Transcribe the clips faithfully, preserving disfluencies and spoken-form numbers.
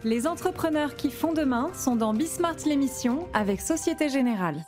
Les entrepreneurs qui font demain sont dans Bismart l'émission avec Société Générale.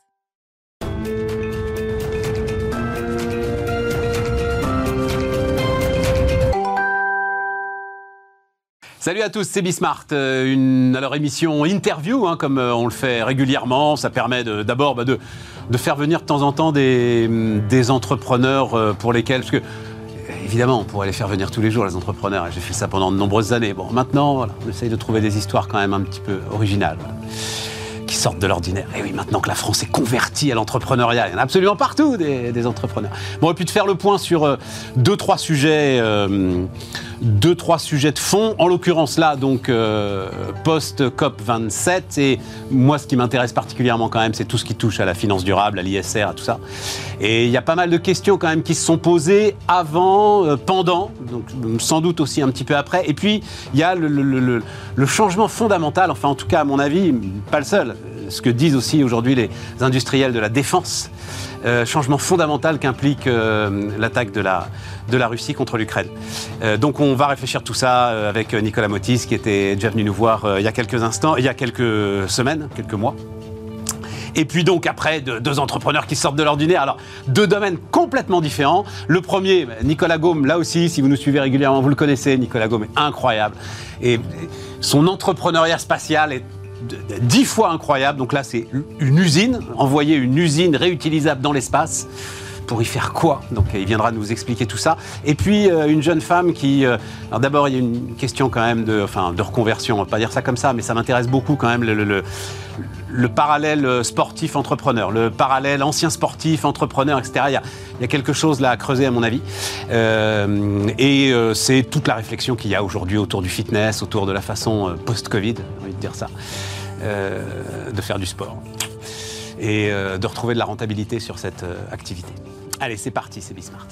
Salut à tous, c'est Bismart, une alors, émission interview, hein, comme on le fait régulièrement. Ça permet de, d'abord bah, de, de faire venir de temps en temps des, des entrepreneurs pour lesquels... Parce que, évidemment, on pourrait les faire venir tous les jours, les entrepreneurs. J'ai fait ça pendant de nombreuses années. Bon, maintenant, voilà, on essaye de trouver des histoires quand même un petit peu originales, voilà, qui sortent de l'ordinaire. Et oui, maintenant que la France est convertie à l'entrepreneuriat, il y en a absolument partout des, des entrepreneurs. Bon, et puis de faire le point sur euh, deux, trois sujets, euh, deux, trois sujets de fond. En l'occurrence là, donc euh, post-C O P vingt-sept. Et moi, ce qui m'intéresse particulièrement quand même, c'est tout ce qui touche à la finance durable, à l'I S R, à tout ça. Et il y a pas mal de questions quand même qui se sont posées avant, euh, pendant, donc sans doute aussi un petit peu après. Et puis il y a le, le, le, le changement fondamental, enfin en tout cas à mon avis, pas le seul. Ce que disent aussi aujourd'hui les industriels de la défense, euh, changement fondamental qu'implique euh, l'attaque de la, de la Russie contre l'Ukraine. Euh, donc on va réfléchir tout ça euh, avec Nicolas Motis, qui était déjà venu nous voir euh, il y a quelques instants, il y a quelques semaines, quelques mois. Et puis donc après, deux, deux entrepreneurs qui sortent de l'ordinaire. Alors, deux domaines complètement différents. Le premier, Nicolas Gaume, là aussi, si vous nous suivez régulièrement, vous le connaissez, Nicolas Gaume est incroyable. Et son entrepreneuriat spatial est dix fois incroyable. Donc là, c'est une usine, envoyer une usine réutilisable dans l'espace. Pour y faire quoi? Donc il viendra nous expliquer tout ça. Et puis euh, une jeune femme qui... Euh, alors d'abord, il y a une question quand même de, enfin, de reconversion, on ne va pas dire ça comme ça, mais ça m'intéresse beaucoup quand même, le, le, le, le parallèle sportif-entrepreneur, le parallèle ancien sportif, entrepreneur, et cetera. Il y a, il y a quelque chose là à creuser à mon avis. Euh, et euh, c'est toute la réflexion qu'il y a aujourd'hui autour du fitness, autour de la façon euh, post-Covid, j'ai envie de dire ça, euh, de faire du sport. Et euh, de retrouver de la rentabilité sur cette euh, activité. Allez, c'est parti, c'est Bismart.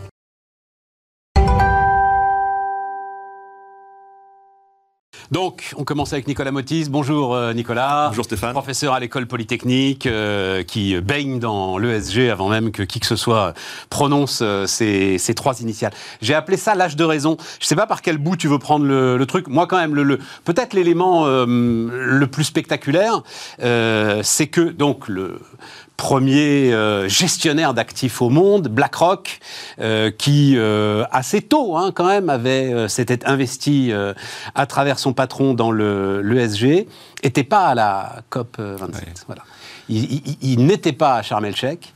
Donc, on commence avec Nicolas Motis. Bonjour euh, Nicolas. Bonjour Stéphane. Professeur à l'école polytechnique, euh, qui baigne dans l'E S G avant même que qui que ce soit prononce euh, ces, ces trois initiales. J'ai appelé ça l'âge de raison. Je ne sais pas par quel bout tu veux prendre le, le truc. Moi, quand même, le, le, peut-être l'élément euh, le plus spectaculaire, euh, c'est que donc le premier euh, gestionnaire d'actifs au monde, BlackRock, euh, qui euh, assez tôt hein, quand même avait euh, s'était investi euh, à travers son patron dans le l'E S G, n'était pas à la C O P vingt-sept. Ouais. Voilà. Il, il, il n'était pas à Sharm el-Sheikh.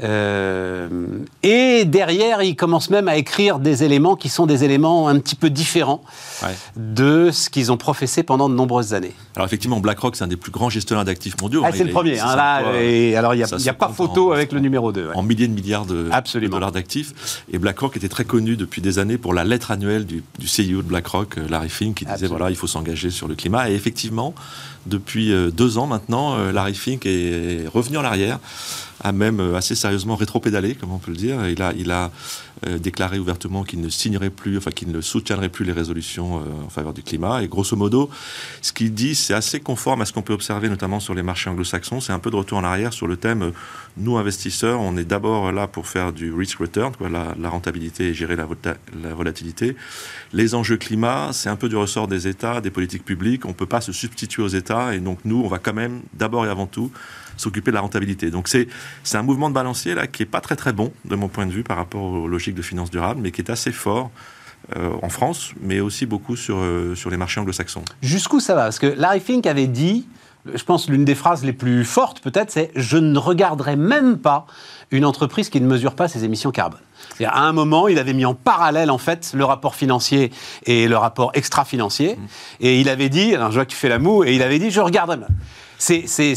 Euh, et derrière, il commence même à écrire des éléments qui sont des éléments un petit peu différents ouais. de ce qu'ils ont professé pendant de nombreuses années. Alors effectivement, BlackRock, c'est un des plus grands gestionnaires d'actifs mondiaux. Ah, c'est le premier. Hein, là, quoi, et alors, il n'y a, a pas photo en, avec le numéro deux. Ouais. En milliers de milliards de, de dollars d'actifs. Et BlackRock était très connu depuis des années pour la lettre annuelle du, du C E O de BlackRock, Larry Fink, qui disait Absolument. voilà, il faut s'engager sur le climat. Et effectivement, depuis deux ans maintenant, Larry Fink est revenu en arrière, a même assez sérieusement rétropédalé, comme on peut le dire. Il a, il a euh, déclaré ouvertement qu'il ne signerait plus, enfin qu'il ne soutiendrait plus les résolutions euh, en faveur du climat. Et grosso modo, ce qu'il dit, c'est assez conforme à ce qu'on peut observer notamment sur les marchés anglo-saxons. C'est un peu de retour en arrière sur le thème, euh, nous investisseurs, on est d'abord là pour faire du risk return, quoi, la, la rentabilité et gérer la, la volatilité. Les enjeux climat, c'est un peu du ressort des États, des politiques publiques. On ne peut pas se substituer aux États. Et donc nous, on va quand même, d'abord et avant tout, s'occuper de la rentabilité. Donc c'est, c'est un mouvement de balancier là, qui n'est pas très très bon, de mon point de vue, par rapport aux logiques de finance durable, mais qui est assez fort euh, en France, mais aussi beaucoup sur, euh, sur les marchés anglo-saxons. Jusqu'où ça va? Parce que Larry Fink avait dit, je pense l'une des phrases les plus fortes peut-être, c'est « Je ne regarderai même pas une entreprise qui ne mesure pas ses émissions carbone ». C'est-à-dire, à un moment, il avait mis en parallèle en fait le rapport financier et le rapport extra-financier, mmh. et il avait dit, alors je vois que tu fais la moue, et il avait dit « Je regarderai même ». C'est... c'est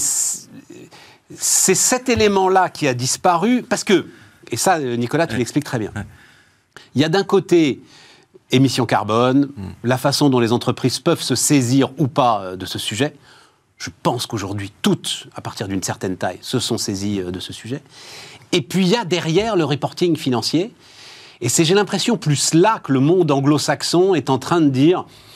C'est cet élément-là qui a disparu, parce que, et ça, Nicolas, tu ouais. l'expliques très bien, ouais. il y a d'un côté émissions carbone, mmh. la façon dont les entreprises peuvent se saisir ou pas de ce sujet. Je pense qu'aujourd'hui, toutes, à partir d'une certaine taille, se sont saisies de ce sujet. Et puis, il y a derrière le reporting financier, et c'est, j'ai l'impression, plus là que le monde anglo-saxon est en train de dire...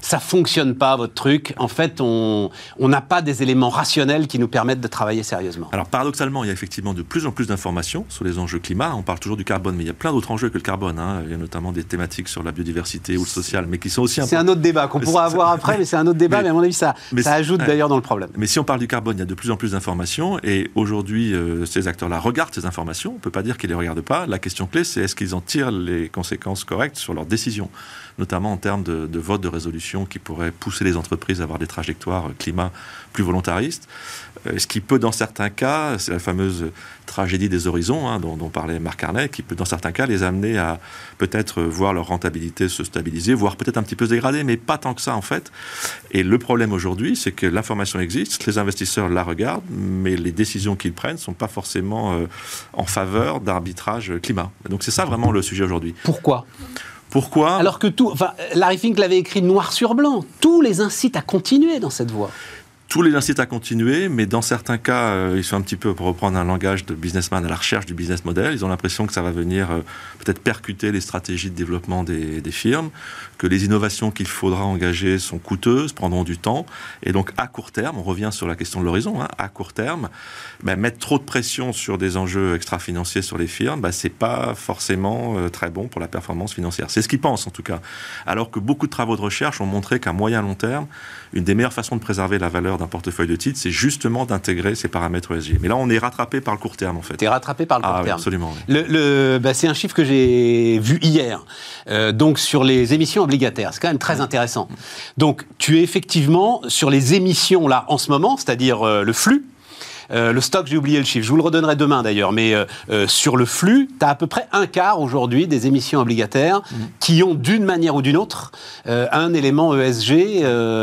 ça fonctionne pas votre truc. En fait, on on n'a pas des éléments rationnels qui nous permettent de travailler sérieusement. Alors paradoxalement, il y a effectivement de plus en plus d'informations sur les enjeux climat. On parle toujours du carbone, mais il y a plein d'autres enjeux que le carbone. Hein. Il y a notamment des thématiques sur la biodiversité ou le social, mais qui sont aussi... C'est un autre débat qu'on pourra avoir après, mais c'est un autre débat, mais, mais à mon avis, ça, ça ajoute ouais. d'ailleurs dans le problème. Mais si on parle du carbone, il y a de plus en plus d'informations, et aujourd'hui, euh, ces acteurs-là regardent ces informations. On ne peut pas dire qu'ils ne les regardent pas. La question clé, c'est est-ce qu'ils en tirent les conséquences correctes sur leurs décisions, notamment en termes de, de vote de résolution qui pourrait pousser les entreprises à avoir des trajectoires climat plus volontaristes. Euh, ce qui peut, dans certains cas, c'est la fameuse tragédie des horizons hein, dont, dont parlait Marc Carnet, qui peut, dans certains cas, les amener à peut-être voir leur rentabilité se stabiliser, voire peut-être un petit peu se dégrader, mais pas tant que ça, en fait. Et le problème aujourd'hui, c'est que l'information existe, les investisseurs la regardent, mais les décisions qu'ils prennent ne sont pas forcément euh, en faveur d'arbitrage climat. Et donc c'est ça vraiment le sujet aujourd'hui. Pourquoi ? Pourquoi ? Alors que tout, enfin, Larry Fink l'avait écrit noir sur blanc. Tout les incite à continuer dans cette voie. Tous les incitent à continuer, mais dans certains cas, euh, ils sont un petit peu, pour reprendre un langage de businessman, à la recherche du business model. Ils ont l'impression que ça va venir euh, peut-être percuter les stratégies de développement des, des firmes, que les innovations qu'il faudra engager sont coûteuses, prendront du temps. Et donc, à court terme, on revient sur la question de l'horizon, hein, à court terme, ben, mettre trop de pression sur des enjeux extra-financiers sur les firmes, ben, c'est pas forcément euh, très bon pour la performance financière. C'est ce qu'ils pensent, en tout cas. Alors que beaucoup de travaux de recherche ont montré qu'à moyen long terme, une des meilleures façons de préserver la valeur d'un portefeuille de titres, c'est justement d'intégrer ces paramètres E S G. Mais là, on est rattrapé par le court terme, en fait. T'es rattrapé par le court ah, terme. Oui, absolument. Oui. Le, le, bah, c'est un chiffre que j'ai vu hier. Euh, donc, sur les émissions obligataires. C'est quand même très intéressant. Donc, tu es effectivement sur les émissions, là, en ce moment, c'est-à-dire euh, le flux. Euh, le stock, j'ai oublié le chiffre, je vous le redonnerai demain d'ailleurs, mais euh, euh, sur le flux, tu as à peu près un quart aujourd'hui des émissions obligataires mmh. qui ont d'une manière ou d'une autre euh, un élément E S G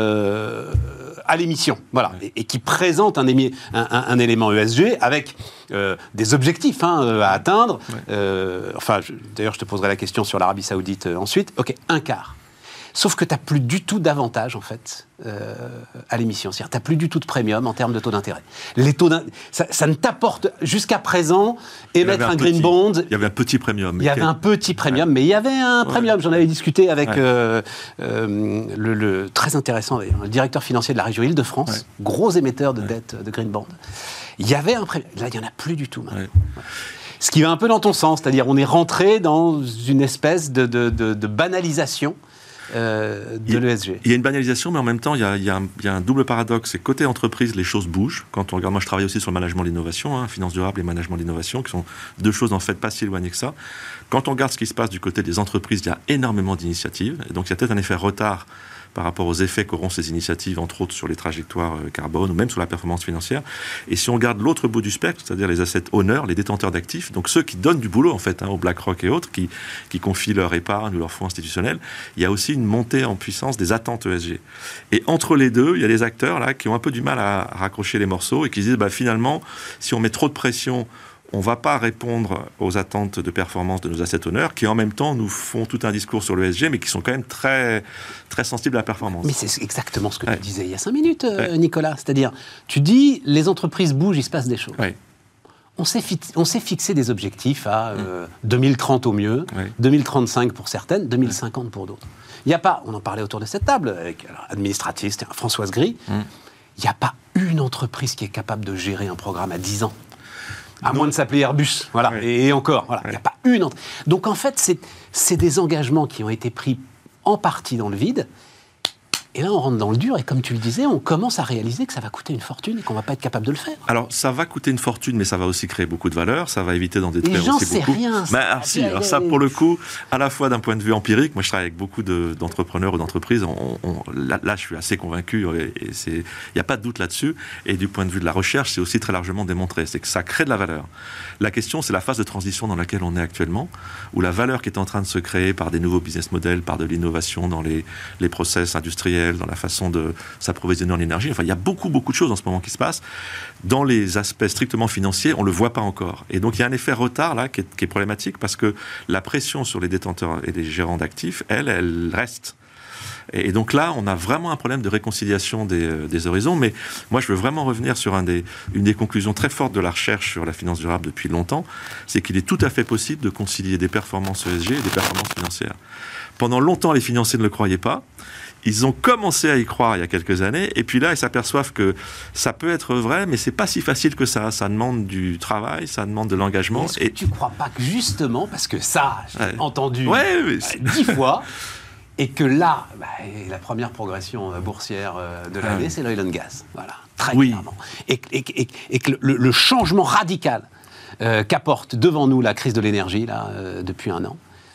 euh, à l'émission, voilà, ouais. et, et qui présente un, émi- un, un, un élément E S G avec euh, des objectifs hein, à atteindre. Ouais. Euh, enfin, je, d'ailleurs, je te poserai la question sur l'Arabie Saoudite euh, ensuite. Ok, un quart. Sauf que tu n'as plus du tout d'avantage, en fait, euh, à l'émission. C'est-à-dire, tu n'as plus du tout de premium en termes de taux d'intérêt. Les taux ça, ça ne t'apporte, jusqu'à présent, émettre un, un green petit, bond... Il y avait un petit premium. Il y avait quel... un petit premium, ouais. mais il y avait un premium. Ouais. J'en avais discuté avec ouais. euh, euh, le, le très intéressant, le directeur financier de la région Île-de-France, ouais. gros émetteur de ouais. dette de green bond. Il y avait un premium. Là, il n'y en a plus du tout, maintenant. Ouais. Ouais. Ce qui va un peu dans ton sens, c'est-à-dire on est rentré dans une espèce de, de, de, de banalisation Euh, de l'E S G. Il y a une banalisation, mais en même temps, il y a, il y a, un, il y a un double paradoxe. C'est côté entreprise, les choses bougent. Quand on regarde, moi je travaille aussi sur le management de l'innovation, hein, finance durable et management de l'innovation, qui sont deux choses en fait pas si éloignées que ça. Quand on regarde ce qui se passe du côté des entreprises, il y a énormément d'initiatives. Et donc il y a peut-être un effet retard par rapport aux effets qu'auront ces initiatives, entre autres sur les trajectoires carbone ou même sur la performance financière. Et si on regarde l'autre bout du spectre, c'est-à-dire les asset owners, les détenteurs d'actifs, donc ceux qui donnent du boulot en fait hein, aux BlackRock et autres, qui, qui confient leur épargne ou leurs fonds institutionnels, il y a aussi une montée en puissance des attentes E S G. Et entre les deux, il y a des acteurs là qui ont un peu du mal à raccrocher les morceaux et qui se disent bah, finalement, si on met trop de pression, on ne va pas répondre aux attentes de performance de nos asset owners qui, en même temps, nous font tout un discours sur l'E S G, mais qui sont quand même très, très sensibles à la performance. Mais c'est exactement ce que ouais. tu disais il y a cinq minutes, ouais. Nicolas. C'est-à-dire, tu dis, les entreprises bougent, il se passe des choses. Ouais. On s'est, fi- on s'est fixé des objectifs à euh, deux mille trente au mieux, ouais. deux mille trente-cinq pour certaines, deux mille cinquante ouais. pour d'autres. Il n'y a pas, on en parlait autour de cette table, avec l'administratrice, Françoise Gris, il mm. n'y a pas une entreprise qui est capable de gérer un programme à dix ans. À non. moins de s'appeler Airbus, voilà, ouais. et encore, voilà, il ouais. n'y a pas une entre... Donc en fait, c'est, c'est des engagements qui ont été pris en partie dans le vide, et là on rentre dans le dur, et comme tu le disais, on commence à réaliser que ça va coûter une fortune et qu'on ne va pas être capable de le faire. Alors ça va coûter une fortune, mais ça va aussi créer beaucoup de valeur, ça va éviter d'en détruire j'en aussi sais beaucoup. Rien, mais, alors, si, alors ça pour le coup, à la fois d'un point de vue empirique, moi je travaille avec beaucoup de, d'entrepreneurs ou d'entreprises, on, on, là, là je suis assez convaincu, et, et c'est, il n'y a pas de doute là-dessus, et du point de vue de la recherche, c'est aussi très largement démontré, c'est que ça crée de la valeur. La question, c'est la phase de transition dans laquelle on est actuellement, où la valeur qui est en train de se créer par des nouveaux business models, par de l'innovation dans les, les process industriels, dans la façon de s'approvisionner en énergie. Enfin, il y a beaucoup, beaucoup de choses en ce moment qui se passent. Dans les aspects strictement financiers, on ne le voit pas encore. Et donc, il y a un effet retard là qui est, qui est problématique parce que la pression sur les détenteurs et les gérants d'actifs, elle, elle reste. Et donc là, on a vraiment un problème de réconciliation des, des horizons. Mais moi, je veux vraiment revenir sur un des, une des conclusions très fortes de la recherche sur la finance durable depuis longtemps, c'est qu'il est tout à fait possible de concilier des performances E S G et des performances financières. Pendant longtemps, les financiers ne le croyaient pas. Ils ont commencé à y croire il y a quelques années, et puis là, ils s'aperçoivent que ça peut être vrai, mais c'est pas si facile que ça. Ça demande du travail, ça demande de l'engagement. Est-ce que et... tu crois pas que justement, parce que ça, j'ai ouais. entendu ouais, mais dix fois, et que là, bah, la première progression boursière de l'année, ah oui. c'est l'oil and gas. Voilà, très oui. clairement. Et, et, et, et que le, le changement radical euh, qu'apporte devant nous la crise de l'énergie, là, euh, depuis un an,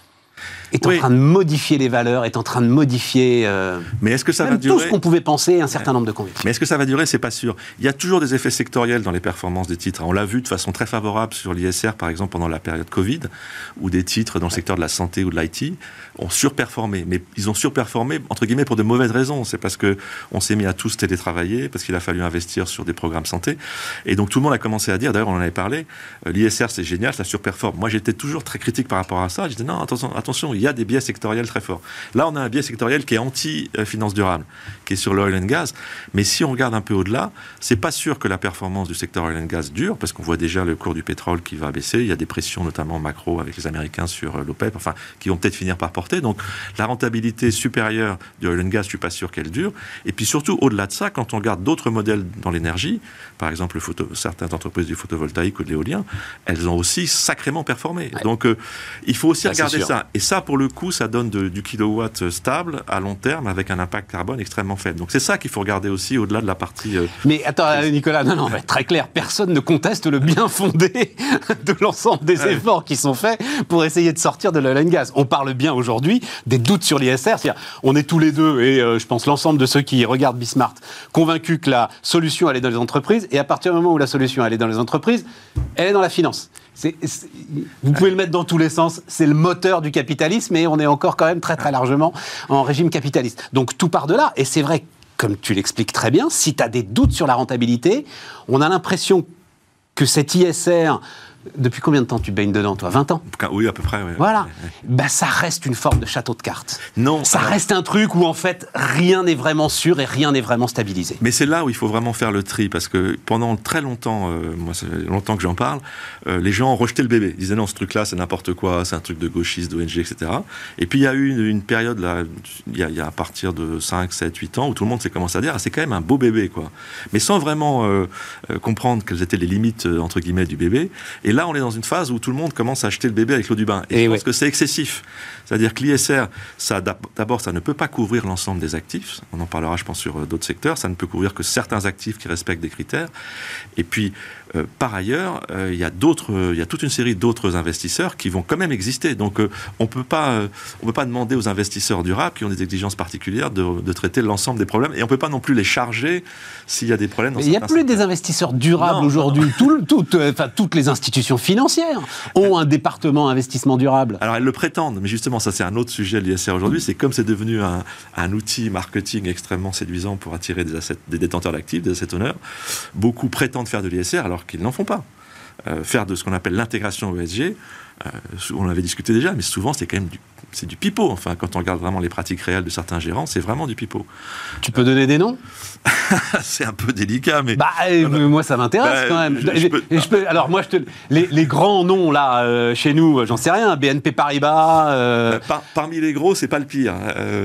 est en oui. train de modifier les valeurs, est en train de modifier euh, mais est-ce que ça même va durer... tout ce qu'on pouvait penser, un certain ouais. nombre de convictions. Mais est-ce que ça va durer? C'est pas sûr. Il y a toujours des effets sectoriels dans les performances des titres. On l'a vu de façon très favorable sur l'I S R, par exemple, pendant la période Covid, où des titres dans le secteur de la santé ou de l'I T ont surperformé. Mais ils ont surperformé, entre guillemets, pour de mauvaises raisons. C'est parce qu'on s'est mis à tous télétravailler, parce qu'il a fallu investir sur des programmes santé. Et donc tout le monde a commencé à dire, d'ailleurs on en avait parlé, euh, l'I S R c'est génial, ça surperforme. Moi j'étais toujours très critique par rapport à ça. Je disais non, attention, attention, il y a des biais sectoriels très forts. Là, on a un biais sectoriel qui est anti-finance durable, qui est sur l'oil and gas. Mais si on regarde un peu au-delà, c'est pas sûr que la performance du secteur oil and gas dure, parce qu'on voit déjà le cours du pétrole qui va baisser. Il y a des pressions, notamment macro, avec les Américains sur l'OPEP, enfin, qui vont peut-être finir par porter. Donc, la rentabilité supérieure du oil and gas, je suis pas sûr qu'elle dure. Et puis surtout, au-delà de ça, quand on regarde d'autres modèles dans l'énergie, par exemple, le photo, certaines entreprises du photovoltaïque ou de l'éolien, elles ont aussi sacrément performé. Ouais. Donc, euh, il faut aussi ça, regarder ça. Et ça, pour le coup, ça donne de, du kilowatt stable à long terme avec un impact carbone extrêmement faible. Donc c'est ça qu'il faut regarder aussi au-delà de la partie... Euh, mais attends euh, Nicolas, non, non, on va être très clair, personne ne conteste le bien fondé de l'ensemble des ouais. efforts qui sont faits pour essayer de sortir de l'oil and gas. On parle bien aujourd'hui des doutes sur l'I S R, c'est-à-dire on est tous les deux, et euh, je pense l'ensemble de ceux qui regardent Bismart, convaincus que la solution elle est dans les entreprises, et à partir du moment où la solution elle est dans les entreprises, elle est dans la finance. C'est, c'est, vous pouvez le mettre dans tous les sens, c'est le moteur du capitalisme et on est encore quand même très très largement en régime capitaliste. Donc tout part de là, et c'est vrai, comme tu l'expliques très bien, si tu as des doutes sur la rentabilité, on a l'impression que cet I S R... Depuis combien de temps tu baignes dedans, toi? vingt ans? Oui, à peu près. Oui. Voilà. Ouais, ouais. Ben, ça reste une forme de château de cartes. Non. Ça alors... reste un truc où, en fait, rien n'est vraiment sûr et rien n'est vraiment stabilisé. Mais c'est là où il faut vraiment faire le tri, parce que pendant très longtemps, euh, moi, ça fait longtemps que j'en parle, euh, les gens ont rejeté le bébé. Ils disaient non, ce truc-là, c'est n'importe quoi, c'est un truc de gauchiste, d'O N G, et cetera. Et puis, il y a eu une, une période, là, il y, a, il y a à partir de cinq, sept, huit ans, où tout le monde s'est commencé à dire, ah, c'est quand même un beau bébé, quoi. Mais sans vraiment euh, euh, comprendre quelles étaient les limites, euh, entre guillemets, du bébé. Et là, on est dans une phase où où tout le monde commence à acheter le bébé avec l'eau du bain. Et, et je ouais. pense que c'est excessif. C'est-à-dire que l'I S R, ça, d'abord, ça ne peut pas couvrir l'ensemble des actifs. On en parlera, je pense, sur d'autres secteurs. Ça ne peut couvrir que certains actifs qui respectent des critères. Et puis, euh, par ailleurs, euh, il y a d'autres, euh, il y a toute une série d'autres investisseurs qui vont quand même exister. Donc, euh, on peut pas, euh, on peut pas demander aux investisseurs durables qui ont des exigences particulières de, de traiter l'ensemble des problèmes. Et on peut pas non plus les charger s'il y a des problèmes dans certains secteurs. Il n'y a plus des investisseurs durables non, aujourd'hui. Non. Tout, tout, euh, enfin, toutes les institutions financières ont un département investissement durable. Alors elles le prétendent, mais justement ça c'est un autre sujet de l'I S R aujourd'hui, c'est comme c'est devenu un, un outil marketing extrêmement séduisant pour attirer des, assets, des détenteurs d'actifs, des asset owners, beaucoup prétendent faire de l'I S R alors qu'ils n'en font pas. Euh, faire de ce qu'on appelle l'intégration E S G, euh, on avait discuté déjà, mais souvent c'est quand même du, c'est du pipeau. Enfin, quand on regarde vraiment les pratiques réelles de certains gérants, c'est vraiment du pipeau. Tu peux donner des noms? C'est un peu délicat, mais... Bah, euh, moi, ça m'intéresse bah, quand même. Je, je peux... Je peux... Alors, moi, je te... les, les grands noms, là, euh, chez nous, j'en sais rien, B N P Paribas... Euh... Bah, par, parmi les gros, c'est pas le pire. Euh...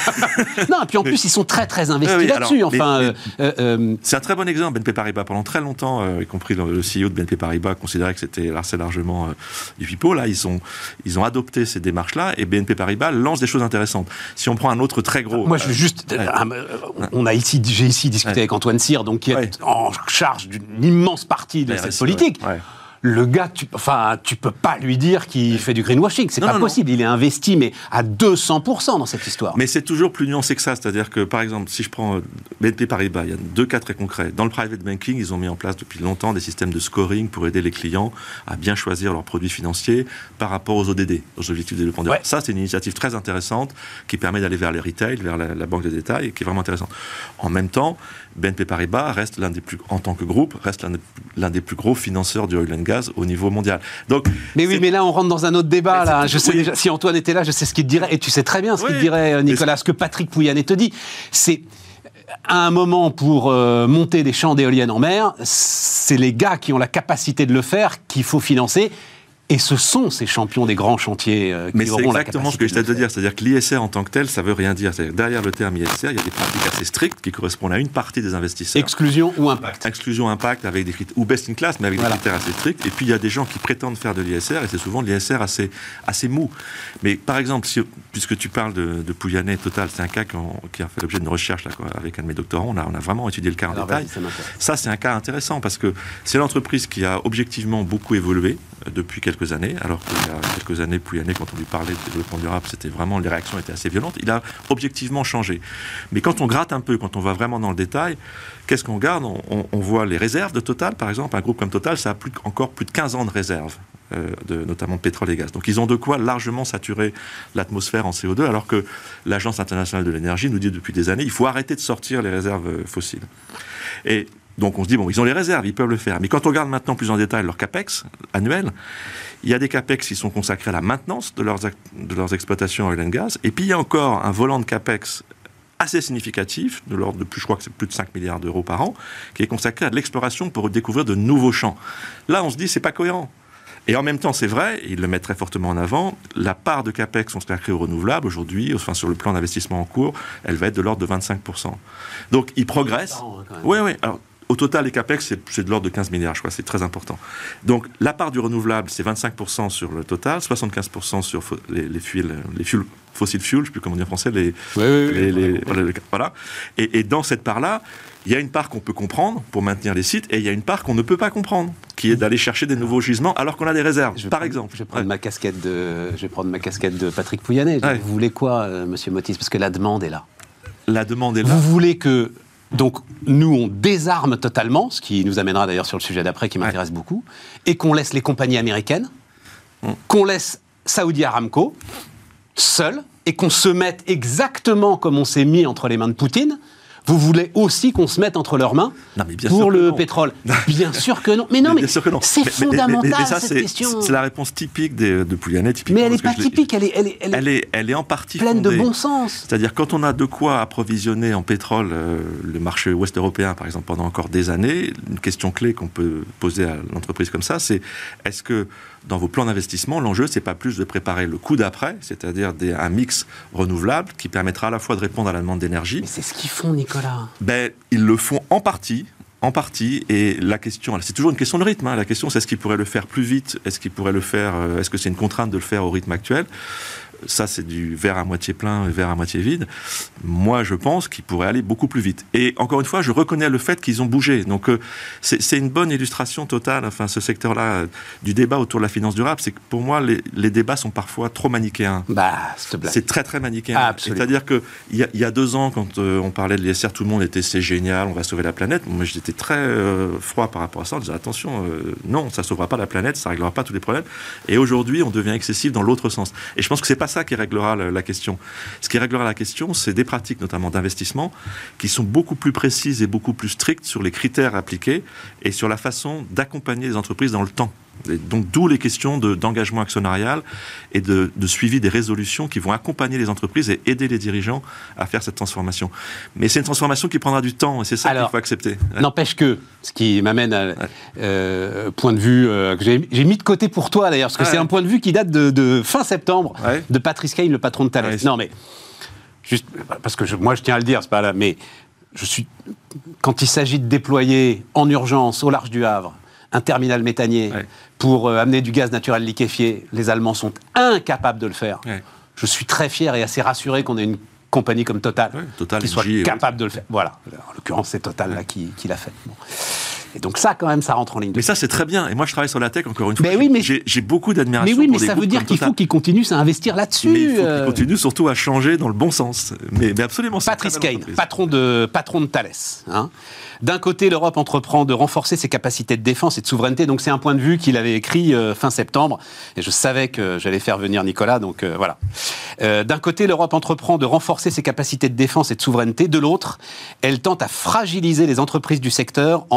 non, et puis en mais... plus, ils sont très, très investis oui, là-dessus. Alors, enfin, mais, mais, euh, euh... C'est un très bon exemple, B N P Paribas. Pendant très longtemps, euh, y compris le, le C E O de B N P Paribas considérait que c'était assez largement euh, du pipeau. Là, ils ont, ils ont adopté ces démarches-là, et B N P Paribas lance des choses intéressantes. Si on prend un autre très gros... Moi, je veux juste... Euh, ouais. On a ici, j'ai ici discuté ouais. avec Antoine Cyr, donc qui est ouais. en charge d'une immense partie de ouais, cette politique. Ouais. Ouais. Le gars, tu, enfin, tu peux pas lui dire qu'il ouais. fait du greenwashing, c'est non, pas non, possible. Non. Il est investi, mais à deux cents pour cent dans cette histoire. Mais c'est toujours plus nuancé que ça. C'est-à-dire que, par exemple, si je prends B N P Paribas, il y a deux cas très concrets. Dans le private banking, ils ont mis en place depuis longtemps des systèmes de scoring pour aider les clients à bien choisir leurs produits financiers par rapport aux O D D, aux objectifs de développement durable. Ouais. Ça, c'est une initiative très intéressante qui permet d'aller vers les retail, vers la, la banque de détail, et qui est vraiment intéressante. En même temps, B N P Paribas reste l'un des plus, en tant que groupe, reste l'un des, l'un des plus gros financeurs du oil and gas au niveau mondial. Donc, mais oui, mais là, on rentre dans un autre débat. Là. Je sais oui. déjà, si Antoine était là, je sais ce qu'il te dirait, et tu sais très bien ce oui. qu'il te dirait, Nicolas. Ce que Patrick Pouyanné te dit, c'est à un moment pour euh, monter des champs d'éoliennes en mer, c'est les gars qui ont la capacité de le faire qu'il faut financer. Et ce sont ces champions des grands chantiers euh, qui Mais auront la capacité. Mais c'est exactement ce que j'essaie de, de dire. C'est-à-dire que l'I S R en tant que tel, ça veut rien dire. C'est-à-dire que derrière le terme I S R, il y a des pratiques assez strictes qui correspondent à une partie des investisseurs. Exclusion ou impact. Exclusion, impact, avec des critères, ou best in class, mais avec voilà. des critères assez stricts. Et puis il y a des gens qui prétendent faire de l'I S R, et c'est souvent de l'I S R assez, assez mou. Mais par exemple, si, puisque tu parles de, de Pouyanné Total, c'est un cas qui a fait l'objet d'une recherche là, quoi, avec un de mes doctorants. On a, on a vraiment étudié le cas en Alors, détail. Ça, ça, c'est un cas intéressant parce que c'est l'entreprise qui a objectivement beaucoup évolué depuis quelques années, alors qu'il y a quelques années, Pouyanné, quand on lui parlait de développement durable, c'était vraiment, les réactions étaient assez violentes. Il a objectivement changé. Mais quand on gratte un peu, quand on va vraiment dans le détail, qu'est-ce qu'on regarde ? on, on, on voit les réserves de Total, par exemple. Un groupe comme Total, ça a plus, encore plus de quinze ans de réserves, euh, de, notamment de pétrole et gaz. Donc ils ont de quoi largement saturer l'atmosphère en C O deux, alors que l'Agence internationale de l'énergie nous dit depuis des années, il faut arrêter de sortir les réserves fossiles. Et donc on se dit, bon, ils ont les réserves, ils peuvent le faire. Mais quand on regarde maintenant plus en détail leur CAPEX annuel, il y a des CAPEX qui sont consacrés à la maintenance de leurs, de leurs exploitations oil and gas. Et puis il y a encore un volant de CAPEX assez significatif, de l'ordre de plus, je crois que c'est plus de cinq milliards d'euros par an, qui est consacré à de l'exploration pour découvrir de nouveaux champs. Là, on se dit, c'est pas cohérent. Et en même temps, c'est vrai, ils le mettent très fortement en avant, la part de CAPEX consacrée aux renouvelables, aujourd'hui, enfin sur le plan d'investissement en cours, elle va être de l'ordre de vingt-cinq pour cent. Donc, ils progressent. Oui, oui. Alors, au total, les CAPEX, c'est, c'est de l'ordre de quinze milliards, je crois, c'est très important. Donc, la part du renouvelable, c'est vingt-cinq pour cent sur le total, soixante-quinze pour cent sur fo- les, les fuels, les fuels, fossil fuels, je ne sais plus comment dire en français, les... Oui, oui, les, oui. les voilà, les, voilà. Et, et dans cette part-là, il y a une part qu'on peut comprendre pour maintenir les sites, et il y a une part qu'on ne peut pas comprendre, qui est d'aller chercher des nouveaux gisements alors qu'on a des réserves, par prendre, exemple. Je vais prendre ouais. ma casquette de, je vais prendre ma casquette de Patrick Pouyanné. Ouais. Vous voulez quoi, euh, Monsieur Motis ? Parce que la demande est là. La demande est là. Vous voulez que... Donc, nous, on désarme totalement, ce qui nous amènera d'ailleurs sur le sujet d'après, qui m'intéresse ouais. beaucoup, et qu'on laisse les compagnies américaines, mmh. qu'on laisse Saudi Aramco, seuls, et qu'on se mette exactement comme on s'est mis entre les mains de Poutine. Vous voulez aussi qu'on se mette entre leurs mains non, mais bien pour sûr le non. pétrole ? Bien sûr que non. Mais non, mais, mais, mais c'est mais, fondamental, mais, mais, mais ça, cette c'est, question. C'est la réponse typique de, de Pouyanné. Mais elle n'est pas typique, elle est, elle, est, elle, est elle, est, elle est en partie pleine fondée. de bon sens. C'est-à-dire, quand on a de quoi approvisionner en pétrole euh, le marché ouest européen, par exemple, pendant encore des années, une question clé qu'on peut poser à l'entreprise comme ça, c'est est-ce que dans vos plans d'investissement, l'enjeu, c'est pas plus de préparer le coup d'après, c'est-à-dire des, un mix renouvelable qui permettra à la fois de répondre à la demande d'énergie. Mais c'est ce qu'ils font, Nicolas. Ben, ils le font en partie, en partie, et la question, c'est toujours une question de rythme, hein. La question, c'est est-ce qu'ils pourraient le faire plus vite ? Est-ce qu'ils pourraient le faire, euh, est-ce que c'est une contrainte de le faire au rythme actuel ? Ça, c'est du verre à moitié plein et verre à moitié vide. Moi, je pense qu'ils pourraient aller beaucoup plus vite. Et encore une fois, je reconnais le fait qu'ils ont bougé. Donc, euh, c'est, c'est une bonne illustration totale, enfin, ce secteur-là, euh, du débat autour de la finance durable. C'est que pour moi, les, les débats sont parfois trop manichéens. Bah, s'il te plaît. C'est très, très manichéen. Ah, absolument. C'est-à-dire qu'il y, y a deux ans, quand euh, on parlait de l'I S R, tout le monde était c'est génial, on va sauver la planète. Moi, j'étais très euh, froid par rapport à ça, en disant attention, euh, non, ça ne sauvera pas la planète, ça ne réglera pas tous les problèmes. Et aujourd'hui, on devient excessif dans l'autre sens. Et je pense que ce n'est pas ça qui réglera le la question. Ce qui réglera la question, c'est des pratiques, notamment d'investissement, qui sont beaucoup plus précises et beaucoup plus strictes sur les critères appliqués et sur la façon d'accompagner les entreprises dans le temps. Et donc, d'où les questions de, d'engagement actionnarial et de, de suivi des résolutions qui vont accompagner les entreprises et aider les dirigeants à faire cette transformation. Mais c'est une transformation qui prendra du temps et c'est ça Alors, qu'il faut accepter. Ouais. N'empêche que, ce qui m'amène à ouais. euh, point de vue euh, que j'ai, j'ai mis de côté pour toi d'ailleurs, parce que ouais. c'est un point de vue qui date de, de fin septembre, ouais. de Patrice Caine, le patron de Thales. Ouais, non mais, juste, parce que je, moi je tiens à le dire, c'est pas là, mais je suis, quand il s'agit de déployer en urgence au large du Havre un terminal méthanier ouais. pour euh, amener du gaz naturel liquéfié, les Allemands sont incapables de le faire. Ouais. Je suis très fier et assez rassuré qu'on ait une compagnie comme Total, ouais, Total qui soit G, capable ouais. de le faire. Voilà, en l'occurrence c'est Total ouais. là, qui, qui l'a fait. Bon. Et donc ça, quand même, ça rentre en ligne de Mais ça, c'est très bien. Et moi, je travaille sur la tech, encore une fois. Mais oui, mais... J'ai, j'ai beaucoup d'admiration Mais oui, mais pour ça veut dire qu'il Total. faut qu'ils continuent à investir là-dessus. Mais il faut qu'ils continuent surtout à changer dans le bon sens. Mais, mais absolument. Patrice Caine, patron de, patron de Thales. Hein. D'un côté, l'Europe entreprend de renforcer ses capacités de défense et de souveraineté. Donc, c'est un point de vue qu'il avait écrit euh, fin septembre. Et je savais que j'allais faire venir Nicolas. Donc, euh, voilà. Euh, d'un côté, l'Europe entreprend de renforcer ses capacités de défense et de souveraineté. De l'autre, elle tente à fragiliser les entreprises du secteur en ne les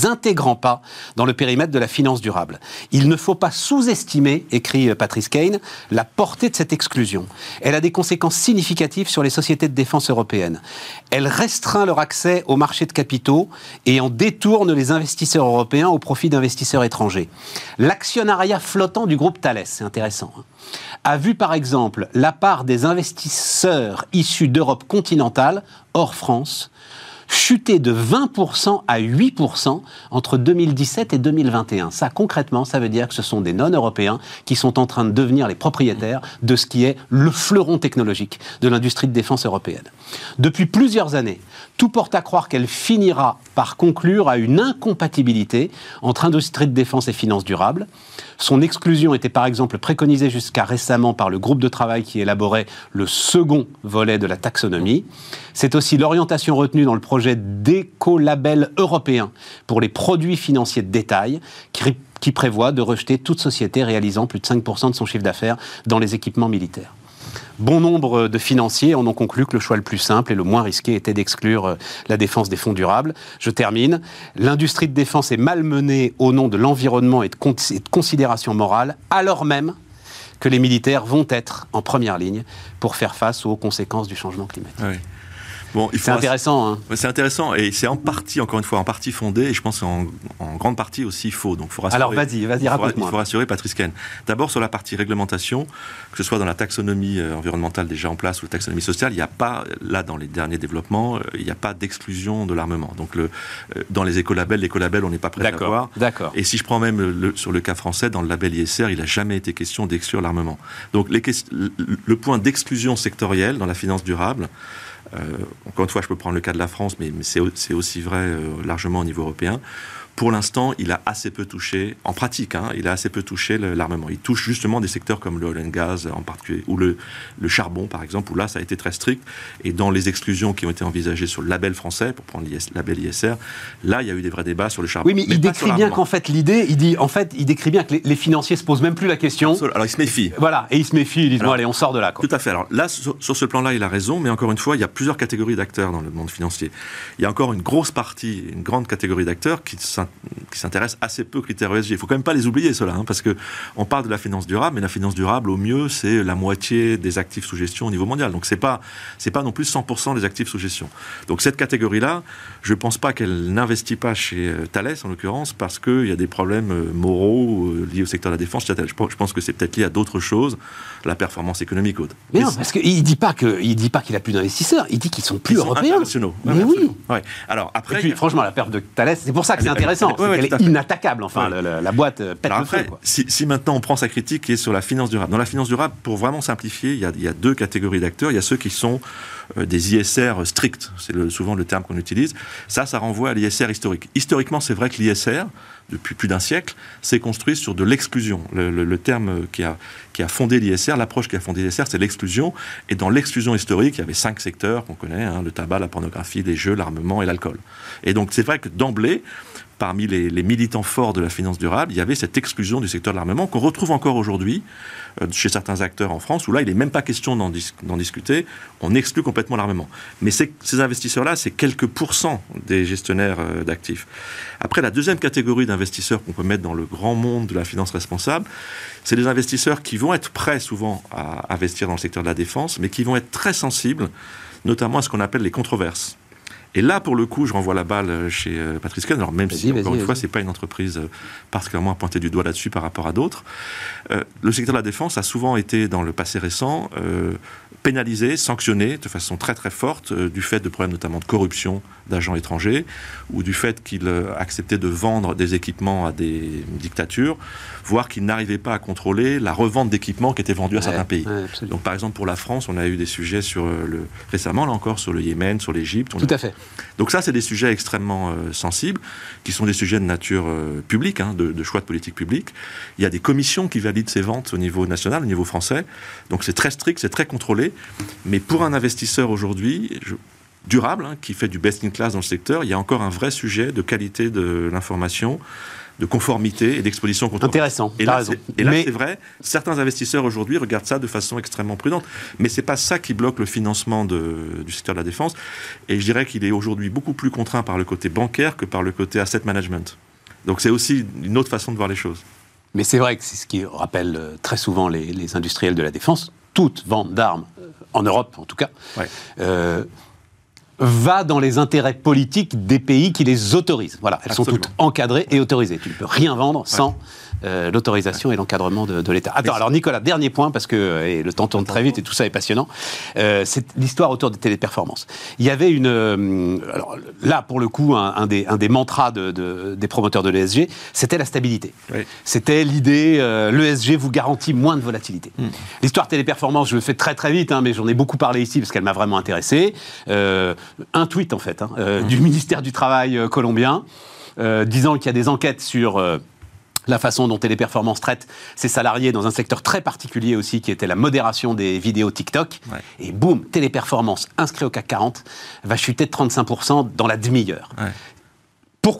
intégrant pas dans le périmètre de la finance durable. Il ne faut pas sous-estimer, écrit Patrice Kane, la portée de cette exclusion. Elle a des conséquences significatives sur les sociétés de défense européennes. Elle restreint leur accès au marché de capitaux et en détourne les investisseurs européens au profit d'investisseurs étrangers. L'actionnariat flottant du groupe Thales, c'est intéressant, hein, a vu par exemple la part des investisseurs issus d'Europe continentale, hors France, chuter de vingt pour cent à huit pour cent entre deux mille dix-sept et deux mille vingt et un. Ça, concrètement, ça veut dire que ce sont des non-européens qui sont en train de devenir les propriétaires de ce qui est le fleuron technologique de l'industrie de défense européenne. Depuis plusieurs années, tout porte à croire qu'elle finira par conclure à une incompatibilité entre industrie de défense et finances durables. Son exclusion était par exemple préconisée jusqu'à récemment par le groupe de travail qui élaborait le second volet de la taxonomie. C'est aussi l'orientation retenue dans le projet d'écolabel européen pour les produits financiers de détail qui, qui prévoit de rejeter toute société réalisant plus de cinq pour cent de son chiffre d'affaires dans les équipements militaires. Bon nombre de financiers en ont conclu que le choix le plus simple et le moins risqué était d'exclure la défense des fonds durables. Je termine. L'industrie de défense est malmenée au nom de l'environnement et de, con- et de considérations morales, alors même que les militaires vont être en première ligne pour faire face aux conséquences du changement climatique. Oui. Bon, il c'est intéressant. Hein. C'est intéressant et c'est en partie, encore une fois, en partie fondé et je pense en, en grande partie aussi faux. Donc, faut rassurer, Alors vas-y, vas-y, raconte-moi. Il faut rassurer Patrice Kane. D'abord sur la partie réglementation, que ce soit dans la taxonomie environnementale déjà en place ou la taxonomie sociale, il n'y a pas, là dans les derniers développements, il n'y a pas d'exclusion de l'armement. Donc le, dans les écolabels, l'écolabel, on n'est pas prêt à voir. D'accord. Et si je prends même le, sur le cas français, dans le label I S R, il n'a jamais été question d'exclure l'armement. Donc les, le, le point d'exclusion sectorielle dans la finance durable, Euh, encore une fois, je peux prendre le cas de la France, mais, mais c'est, c'est aussi vrai euh, largement au niveau européen. Pour l'instant, il a assez peu touché, en pratique, hein, il a assez peu touché le, l'armement. Il touche justement des secteurs comme le oil and gas en particulier, ou le, le charbon par exemple, où là ça a été très strict. Et dans les exclusions qui ont été envisagées sur le label français, pour prendre le label I S R, là il y a eu des vrais débats sur le charbon. Oui, mais, mais il décrit bien qu'en fait l'idée, il dit, en fait, il décrit bien que les, les financiers se posent même plus la question. Alors il se méfie. Voilà, et il se méfie, ils disent bon, allez, on sort de là. Quoi. Tout à fait. Alors là, sur, sur ce plan-là, il a raison, mais encore une fois, il y a plusieurs catégories d'acteurs dans le monde financier. Il y a encore une grosse partie, une grande catégorie d'acteurs qui qui s'intéressent assez peu aux critères E S G. Il ne faut quand même pas les oublier, ceux-là, hein, parce qu'on parle de la finance durable, mais la finance durable, au mieux, c'est la moitié des actifs sous gestion au niveau mondial. Donc, ce n'est pas, c'est pas non plus cent pour cent des actifs sous gestion. Donc, cette catégorie-là, je ne pense pas qu'elle n'investit pas chez euh, Thales, en l'occurrence, parce qu'il y a des problèmes euh, moraux euh, liés au secteur de la défense. Je pense, je pense que c'est peut-être lié à d'autres choses, la performance économique autre. Mais, mais non, parce qu'il ne dit pas qu'il n'a plus d'investisseurs, il dit qu'ils sont plus ils européens. Sont internationaux. Mais ouais, oui. Ouais. Alors, après, et puis, a... franchement, la perte de Thales, c'est pour ça que c'est intéressant. Ouais, ouais, elle est inattaquable, enfin, ouais. la, la boîte pète Alors le après, feu. Quoi. Si, si maintenant on prend sa critique qui est sur la finance durable. Dans la finance durable, pour vraiment simplifier, il y a, il y a deux catégories d'acteurs. Il y a ceux qui sont euh, des I S R stricts, c'est le, souvent le terme qu'on utilise. Ça, ça renvoie à l'I S R historique. Historiquement, c'est vrai que l'I S R, depuis plus d'un siècle, s'est construit sur de l'exclusion. Le, le, le terme qui a, qui a fondé l'I S R, l'approche qui a fondé l'I S R, c'est l'exclusion. Et dans l'exclusion historique, il y avait cinq secteurs qu'on connaît, hein, le tabac, la pornographie, les jeux, l'armement et l'alcool. Et donc, c'est vrai que d'emblée, parmi les, les militants forts de la finance durable, il y avait cette exclusion du secteur de l'armement qu'on retrouve encore aujourd'hui euh, chez certains acteurs en France, où là, il n'est même pas question d'en, dis- d'en discuter, on exclut complètement l'armement. Mais ces, ces investisseurs-là, c'est quelques pourcents des gestionnaires euh, d'actifs. Après, la deuxième catégorie d'investisseurs qu'on peut mettre dans le grand monde de la finance responsable, c'est des investisseurs qui vont être prêts souvent à investir dans le secteur de la défense, mais qui vont être très sensibles, notamment à ce qu'on appelle les controverses. Et là, pour le coup, je renvoie la balle chez euh, Patrice Kane. Alors, même vas-y, si, encore vas-y, une fois, ce n'est pas une entreprise euh, particulièrement à pointer du doigt là-dessus par rapport à d'autres. Euh, le secteur de la défense a souvent été, dans le passé récent, euh, pénalisé, sanctionné de façon très très forte euh, du fait de problèmes notamment de corruption d'agents étrangers ou du fait qu'il euh, acceptait de vendre des équipements à des dictatures, voire qu'il n'arrivait pas à contrôler la revente d'équipements qui étaient vendus à ouais, certains pays. Ouais, donc, par exemple, pour la France, on a eu des sujets sur euh, le, récemment, là encore, sur le Yémen, sur l'Égypte. Tout a... à fait. Donc ça, c'est des sujets extrêmement euh, sensibles, qui sont des sujets de nature euh, publique, hein, de, de choix de politique publique. Il y a des commissions qui valident ces ventes au niveau national, au niveau français. Donc c'est très strict, c'est très contrôlé. Mais pour un investisseur aujourd'hui, je, durable, hein, qui fait du best in class dans le secteur, il y a encore un vrai sujet de qualité de l'information, de conformité et d'exposition contre. Intéressant. Et là, raison. et là Mais... c'est vrai, certains investisseurs aujourd'hui regardent ça de façon extrêmement prudente. Mais c'est pas ça qui bloque le financement de, du secteur de la défense. Et je dirais qu'il est aujourd'hui beaucoup plus contraint par le côté bancaire que par le côté asset management. Donc c'est aussi une autre façon de voir les choses. Mais c'est vrai que c'est ce qui rappelle très souvent les, les industriels de la défense. Toute vente d'armes, en Europe en tout cas, ouais. euh, va dans les intérêts politiques des pays qui les autorisent. Voilà, elles Absolument. sont toutes encadrées et autorisées. Tu ne peux rien vendre sans... Ouais. Euh, l'autorisation ouais. et l'encadrement de, de l'État. Attends, alors Nicolas, dernier point, parce que et le temps tourne très vite et tout ça est passionnant, euh, c'est l'histoire autour des téléperformances. Il y avait une... Euh, alors là, pour le coup, un, un, des, un des mantras de, de, des promoteurs de l'E S G, c'était la stabilité. Oui. C'était l'idée, euh, l'E S G vous garantit moins de volatilité. Hum. L'histoire téléperformance, je le fais très très vite, hein, mais j'en ai beaucoup parlé ici parce qu'elle m'a vraiment intéressé. Euh, un tweet, en fait, hein, euh, hum. du ministère du Travail euh, colombien, euh, disant qu'il y a des enquêtes sur... Euh, la façon dont Téléperformance traite ses salariés dans un secteur très particulier aussi, qui était la modération des vidéos TikTok. Ouais. Et boum, Téléperformance, inscrit au C A C quarante, va chuter de trente-cinq pour cent dans la demi-heure. Ouais. Pourquoi ?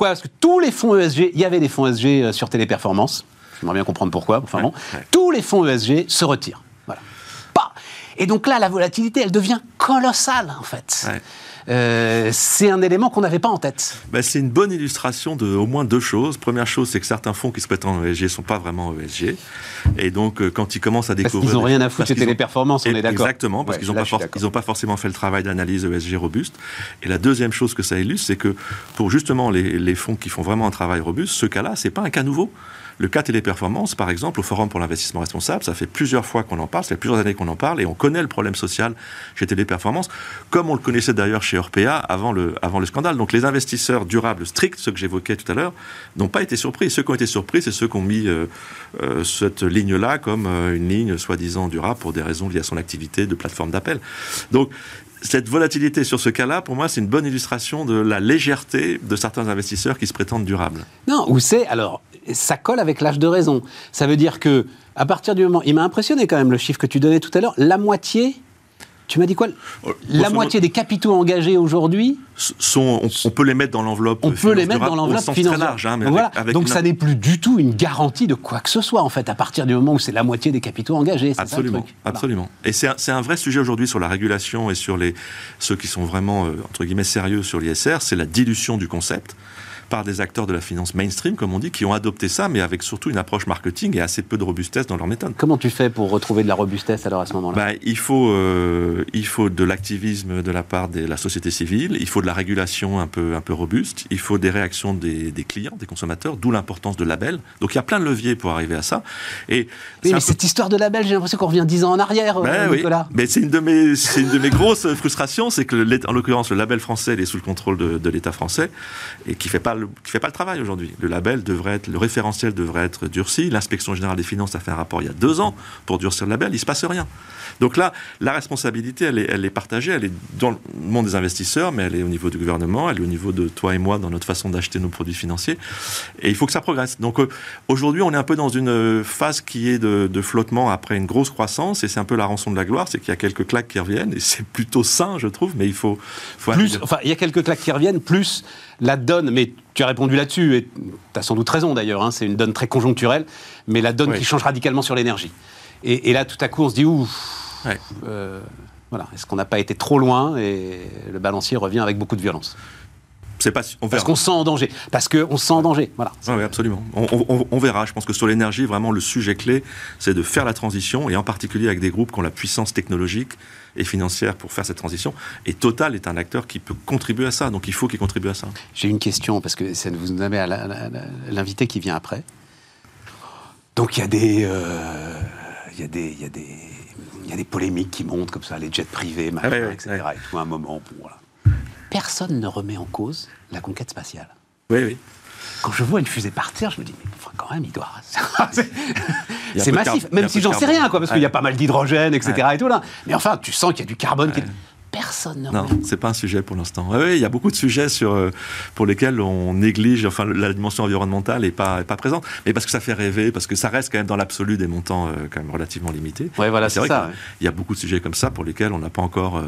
Parce que tous les fonds E S G, il y avait des fonds E S G sur Téléperformance, j'aimerais bien comprendre pourquoi, enfin ouais. bon, ouais. tous les fonds E S G se retirent. Voilà. Bah. Et donc là, la volatilité, elle devient colossale, en fait. Ouais. Euh, c'est un élément qu'on n'avait pas en tête. Ben, c'est une bonne illustration de au moins deux choses. Première chose, c'est que certains fonds qui se prétendent en E S G ne sont pas vraiment E S G. Et donc, euh, quand ils commencent à découvrir... Parce qu'ils n'ont rien à foutre, c'était les performances, on est d'accord. Exactement, parce ouais, qu'ils n'ont pas, for- pas forcément fait le travail d'analyse E S G robuste. Et la deuxième chose que ça illustre, c'est que pour justement les, les fonds qui font vraiment un travail robuste, ce cas-là, ce n'est pas un cas nouveau. Le cas Téléperformance, par exemple, au Forum pour l'investissement responsable, ça fait plusieurs fois qu'on en parle, ça fait plusieurs années qu'on en parle, et on connaît le problème social chez Téléperformance, comme on le connaissait d'ailleurs chez Orpea avant le, avant le scandale. Donc les investisseurs durables stricts, ceux que j'évoquais tout à l'heure, n'ont pas été surpris. Ceux qui ont été surpris, c'est ceux qui ont mis euh, euh, cette ligne-là comme euh, une ligne soi-disant durable pour des raisons liées à son activité de plateforme d'appel. Donc, cette volatilité sur ce cas-là, pour moi, c'est une bonne illustration de la légèreté de certains investisseurs qui se prétendent durables. Non, ou c'est... Alors, ça colle avec l'âge de raison. Ça veut dire que, à partir du moment... Il m'a impressionné quand même le chiffre que tu donnais tout à l'heure. La moitié... Tu m'as dit quoi ? La moitié des capitaux engagés aujourd'hui sont, on, on peut les mettre dans l'enveloppe. On peut les mettre dans l'enveloppe financière. Très large, hein, mais donc, avec, voilà. avec donc une... ça n'est plus du tout une garantie de quoi que ce soit en fait à partir du moment où c'est la moitié des capitaux engagés. C'est absolument, ça, le truc. absolument. Voilà. Et c'est un, c'est un vrai sujet aujourd'hui sur la régulation et sur les ceux qui sont vraiment euh, entre guillemets sérieux sur l'I S R, c'est la dilution du concept par des acteurs de la finance mainstream, comme on dit, qui ont adopté ça, mais avec surtout une approche marketing et assez peu de robustesse dans leur méthode. Comment tu fais pour retrouver de la robustesse alors à ce moment-là ? Ben, il faut, euh, il faut de l'activisme de la part de la société civile, il faut de la régulation un peu, un peu robuste, il faut des réactions des, des clients, des consommateurs, d'où l'importance de labels. Donc il y a plein de leviers pour arriver à ça. Et oui, mais peu... cette histoire de label, j'ai l'impression qu'on revient dix ans en arrière, ben, euh, Nicolas. Oui. Mais c'est une de mes, c'est une de mes grosses frustrations, c'est que, en l'occurrence, le label français, il est sous le contrôle de, de l'État français, et qui ne fait pas le, qui fait pas le travail aujourd'hui. Le label devrait être, le référentiel devrait être durci. L'inspection générale des finances a fait un rapport il y a deux ans pour durcir le label. Il ne se passe rien. Donc là, la responsabilité, elle est, elle est partagée. Elle est dans le monde des investisseurs, mais elle est au niveau du gouvernement, elle est au niveau de toi et moi dans notre façon d'acheter nos produits financiers. Et il faut que ça progresse. Donc euh, aujourd'hui, on est un peu dans une phase qui est de, de flottement après une grosse croissance, et c'est un peu la rançon de la gloire, c'est qu'il y a quelques claques qui reviennent, et c'est plutôt sain, je trouve, mais il faut... faut plus, enfin, il y a quelques claques qui reviennent, plus la donne, mais tu as répondu là-dessus, et tu as sans doute raison d'ailleurs, hein, c'est une donne très conjoncturelle, mais la donne oui. qui change radicalement sur l'énergie. Et, et là, tout à coup, on se dit, ouh, ouais. euh, voilà, est-ce qu'on n'a pas été trop loin ? Et le balancier revient avec beaucoup de violence. C'est pas, on Parce qu'on se sent en danger. Parce qu'on se sent en danger. Voilà. Ah oui, absolument. On, on, on verra. Je pense que sur l'énergie, vraiment, le sujet clé, c'est de faire la transition, et en particulier avec des groupes qui ont la puissance technologique et financière pour faire cette transition. Et Total est un acteur qui peut contribuer à ça. Donc il faut qu'il contribue à ça. J'ai une question, parce que ça vous avez à la, la, la, l'invité qui vient après. Donc il y a des... Euh, il y a des... Il y a des... Il y a des polémiques qui montent comme ça, les jets privés, machin, ah oui, oui, et cetera. Oui. Et tout, à un moment, bon, voilà. Personne ne remet en cause la conquête spatiale. Oui, oui. Quand je vois une fusée partir, je me dis, mais enfin, quand même, il doit... c'est c'est massif, car... même si j'en sais rien, quoi, parce ouais. qu'il y a pas mal d'hydrogène, et cetera. Ouais. Et tout, là. Mais enfin, tu sens qu'il y a du carbone ouais. qui... Personne ne Non, c'est pas un sujet pour l'instant. Oui, il y a beaucoup de sujets sur, euh, pour lesquels on néglige, enfin, la dimension environnementale n'est pas, est pas présente, mais parce que ça fait rêver, parce que ça reste quand même dans l'absolu des montants euh, quand même relativement limités. Ouais, voilà, c'est, c'est vrai ça. qu'il ouais. y a beaucoup de sujets comme ça pour lesquels on n'a pas encore... Euh,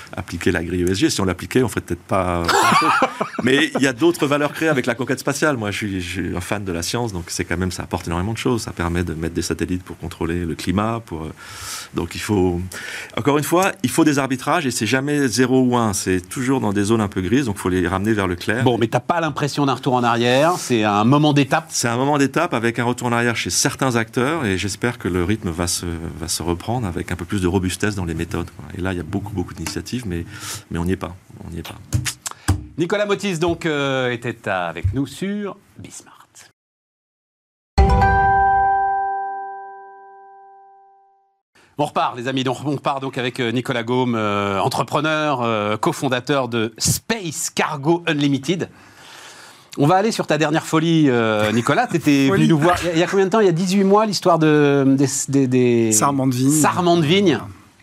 appliquer la grille E S G. Si on l'appliquait, on ferait peut-être pas... Mais il y a d'autres valeurs créées avec la conquête spatiale. Moi, je suis, je suis un fan de la science, donc c'est quand même, ça apporte énormément de choses. Ça permet de mettre des satellites pour contrôler le climat. Pour... Donc il faut... Encore une fois, il faut des arbitrages, et c'est jamais zéro ou un. C'est toujours dans des zones un peu grises, donc il faut les ramener vers le clair. Bon, mais t'as pas l'impression d'un retour en arrière, c'est un moment d'étape. C'est un moment d'étape avec un retour en arrière chez certains acteurs, et j'espère que le rythme va se, va se reprendre avec un peu plus de robustesse dans les méthodes, quoi. Et là, il y a beaucoup, beaucoup d'initiatives, mais, mais on n'y est pas. On n'y est pas. Nicolas Motis, donc, euh, était avec nous sur Bismart. On repart, les amis. On repart donc avec Nicolas Gaume, euh, entrepreneur, euh, cofondateur de Space Cargo Unlimited. On va aller sur ta dernière folie, euh, Nicolas. Tu étais venu nous voir il y a combien de temps? Il y a dix-huit mois, l'histoire de, des, des, des... Sarments de vigne. Sarments de vigne.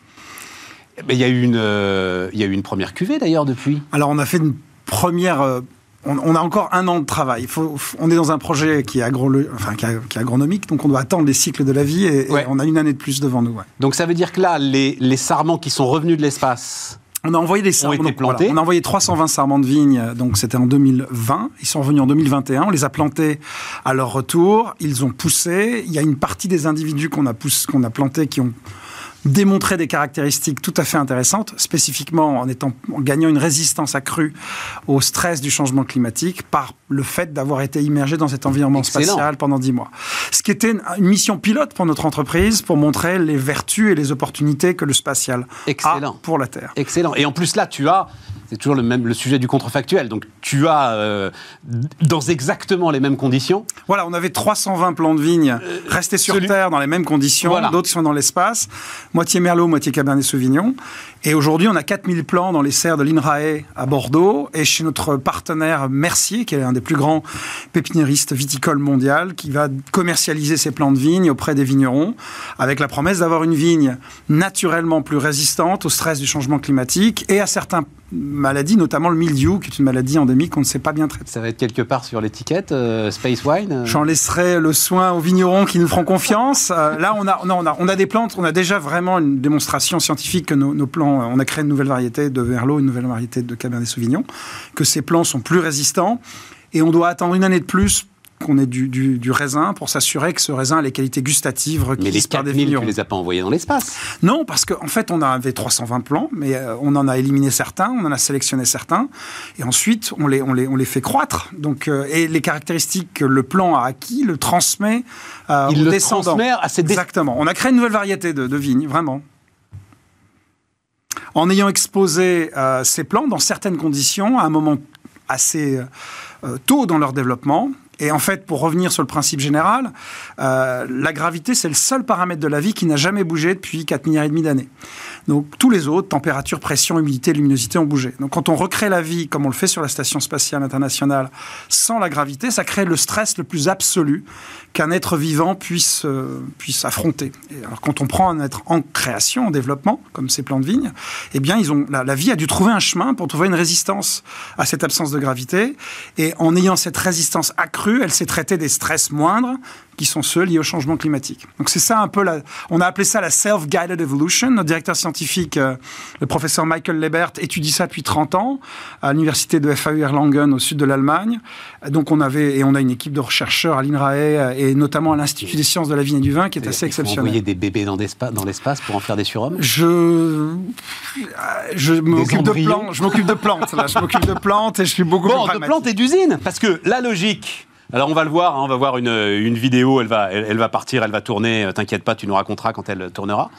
Mais il y a eu une, euh, il y a eu une première cuvée d'ailleurs depuis. Alors on a fait une première... Euh, on, on a encore un an de travail. Il faut, on est dans un projet qui est, agro, enfin, qui, est, qui est agronomique, donc on doit attendre les cycles de la vie, et, ouais. et on a une année de plus devant nous. Ouais. Donc ça veut dire que là, les, les sarments qui sont revenus de l'espace... On a envoyé des sarments. Ont été plantés. Voilà, on a envoyé trois cent vingt sarments de vigne, donc c'était en deux mille vingt. Ils sont revenus en deux mille vingt et un. On les a plantés à leur retour. Ils ont poussé. Il y a une partie des individus qu'on a, poussé, qu'on a plantés qui ont démontrer des caractéristiques tout à fait intéressantes, spécifiquement en, étant, en gagnant une résistance accrue au stress du changement climatique par le fait d'avoir été immergé dans cet environnement Excellent. spatial pendant dix mois. Ce qui était une, une mission pilote pour notre entreprise, pour montrer les vertus et les opportunités que le spatial Excellent. a pour la Terre. Excellent. Et en plus là, tu as... C'est toujours le même le sujet du contrefactuel. Donc, tu as, euh, dans exactement les mêmes conditions... Voilà, on avait trois cent vingt plants de vigne euh, restés sur celui... Terre dans les mêmes conditions, voilà. D'autres qui sont dans l'espace, moitié Merlot, moitié Cabernet Sauvignon. Et aujourd'hui, on a quatre mille plants dans les serres de l'INRAE à Bordeaux, et chez notre partenaire Mercier, qui est un des plus grands pépiniéristes viticoles mondial, qui va commercialiser ses plants de vigne auprès des vignerons, avec la promesse d'avoir une vigne naturellement plus résistante au stress du changement climatique et à certains maladies, notamment le mildiou, qui est une maladie endémique qu'on ne sait pas bien traiter. Ça va être quelque part sur l'étiquette, euh, Space Wine euh... J'en laisserai le soin aux vignerons qui nous feront confiance. Euh, là, on a, non, on, a, on a des plantes, on a déjà vraiment une démonstration scientifique que nos, nos plants, on a créé une nouvelle variété de Merlot, une nouvelle variété de Cabernet Sauvignon, que ces plants sont plus résistants, et on doit attendre une année de plus qu'on ait du, du, du raisin pour s'assurer que ce raisin a les qualités gustatives requises par des vignerons. Mais les quatre mille, tu les as pas envoyés dans l'espace? Non, parce qu'en en fait, on avait trois cent vingt plants, mais euh, on en a éliminé certains, on en a sélectionné certains, et ensuite, on les, on les, on les fait croître. Donc, euh, et les caractéristiques que le plant a acquis, le transmet euh, Il aux le descendants. transmet à ses dé... Exactement. On a créé une nouvelle variété de, de vignes, vraiment. En ayant exposé euh, ces plants dans certaines conditions, à un moment assez euh, tôt dans leur développement. Et en fait, pour revenir sur le principe général, euh, la gravité, c'est le seul paramètre de la vie qui n'a jamais bougé depuis quatre milliards et demi d'années. Donc, tous les autres, température, pression, humidité, luminosité, ont bougé. Donc, quand on recrée la vie, comme on le fait sur la Station spatiale internationale, sans la gravité, ça crée le stress le plus absolu qu'un être vivant puisse, euh, puisse affronter. Et alors, quand on prend un être en création, en développement, comme ces plants de vigne, eh bien, ils ont, la, la vie a dû trouver un chemin pour trouver une résistance à cette absence de gravité. Et en ayant cette résistance accrue, elle s'est traitée des stress moindres, qui sont ceux liés au changement climatique. Donc c'est ça un peu, la, on a appelé ça la self-guided evolution. Notre directeur scientifique, euh, le professeur Michael Lebert, étudie ça depuis trente ans à l'université de F A U Erlangen au sud de l'Allemagne. Donc on avait, et on a une équipe de chercheurs à l'INRAE et notamment à l'Institut des sciences de la vigne et du vin qui est assez exceptionnel. Vous envoyez des bébés dans l'espace, dans l'espace pour en faire des surhommes? Je, je m'occupe de plantes. Je m'occupe de plantes. Là, je m'occupe de plantes et je suis beaucoup bon, plus de plantes et d'usines, parce que la logique. Alors on va le voir, hein, on va voir une, une vidéo, elle va, elle, elle va partir, elle va tourner, t'inquiète pas, tu nous raconteras quand elle tournera.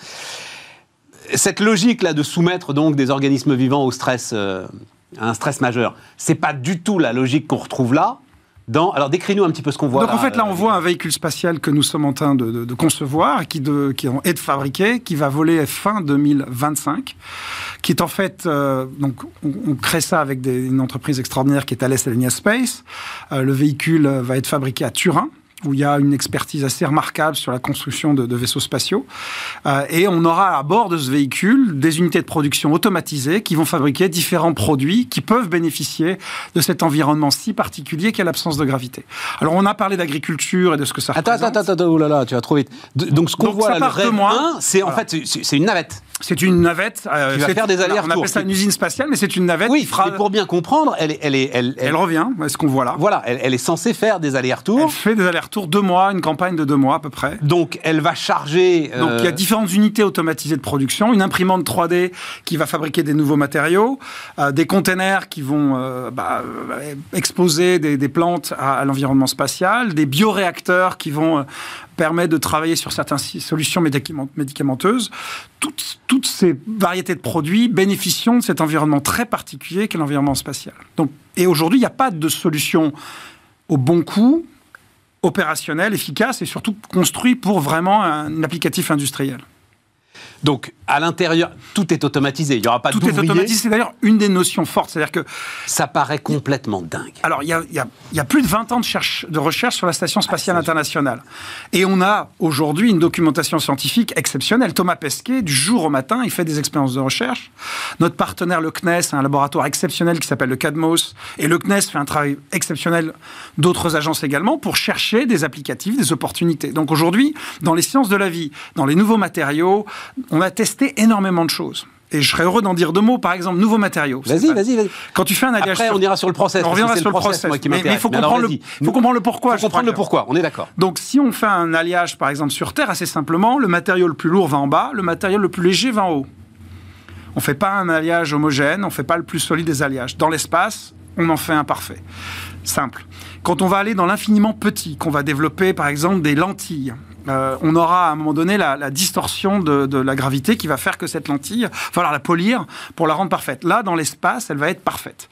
Cette logique-là de soumettre donc des organismes vivants au stress, euh, à un stress majeur, c'est pas du tout la logique qu'on retrouve là. Dans... Alors décris-nous un petit peu ce qu'on voit. Donc là, en fait là on euh, voit un véhicule spatial que nous sommes en train de, de, de concevoir, qui, de, qui est de fabriquer, qui va voler fin deux mille vingt-cinq, qui est en fait, euh, donc on, on crée ça avec des, une entreprise extraordinaire qui est Thales Alenia Space. Euh, le véhicule va être fabriqué à Turin, où il y a une expertise assez remarquable sur la construction de, de vaisseaux spatiaux. Euh, et on aura à bord de ce véhicule des unités de production automatisées qui vont fabriquer différents produits qui peuvent bénéficier de cet environnement si particulier qu'est l'absence de gravité. Alors, on a parlé d'agriculture et de ce que ça attends, représente. Attends, attends, attends, oh là là, tu vas trop vite. De, donc, ce qu'on donc, voit là, le rêve moi, un, c'est en voilà. fait, c'est, c'est une navette. C'est une navette. Euh, qui va faire des allers-retours. On appelle ça une usine spatiale, mais c'est une navette oui, qui fera... mais pour bien comprendre, elle, est, elle, est, elle, elle, elle revient, ce qu'on voit là. Voilà, elle, elle est censée faire des allers-retours. Elle fait des allers-retours deux mois, une campagne de deux mois à peu près. Donc, elle va charger... Euh... Donc, il y a différentes unités automatisées de production. Une imprimante trois D qui va fabriquer des nouveaux matériaux, euh, des containers qui vont euh, bah, exposer des, des plantes à, à l'environnement spatial, des bioréacteurs qui vont... Euh, permet de travailler sur certaines solutions médicamenteuses. Toutes, toutes ces variétés de produits bénéficient de cet environnement très particulier qu'est l'environnement spatial. Donc, et aujourd'hui, il n'y a pas de solution au bon coût, opérationnelle, efficace et surtout construit pour vraiment un applicatif industriel. Donc, à l'intérieur, tout est automatisé. Il n'y aura pas d'ouvriers. Tout est automatisé. C'est d'ailleurs une des notions fortes. C'est-à-dire que... Ça paraît complètement dingue. Alors, il y a, y a, y a plus de vingt ans de, cherche, de recherche sur la Station spatiale ah, internationale. Et on a aujourd'hui une documentation scientifique exceptionnelle. Thomas Pesquet, du jour au matin, il fait des expériences de recherche. Notre partenaire, le C N E S, a un laboratoire exceptionnel qui s'appelle le CADMOS. Et le C N E S fait un travail exceptionnel d'autres agences également pour chercher des applicatifs, des opportunités. Donc aujourd'hui, dans les sciences de la vie, dans les nouveaux matériaux, on a testé énormément de choses. Et je serais heureux d'en dire deux mots. Par exemple, nouveaux matériaux. Vas-y, vas-y, vas-y. Quand tu fais un alliage... Après, sur... on ira sur le process. On reviendra sur le process. process mais il faut comprendre, le... faut comprendre le pourquoi. Il faut comprendre le pourquoi, on est d'accord. Donc, si on fait un alliage, par exemple, sur Terre, assez simplement, le matériau le plus lourd va en bas, le matériau le plus léger va en haut. On ne fait pas un alliage homogène, on ne fait pas le plus solide des alliages. Dans l'espace, on en fait un parfait. Simple. Quand on va aller dans l'infiniment petit, qu'on va développer, par exemple, des lentilles, Euh, on aura à un moment donné la, la distorsion de, de la gravité qui va faire que cette lentille, il va falloir la polir pour la rendre parfaite. Là, dans l'espace, elle va être parfaite.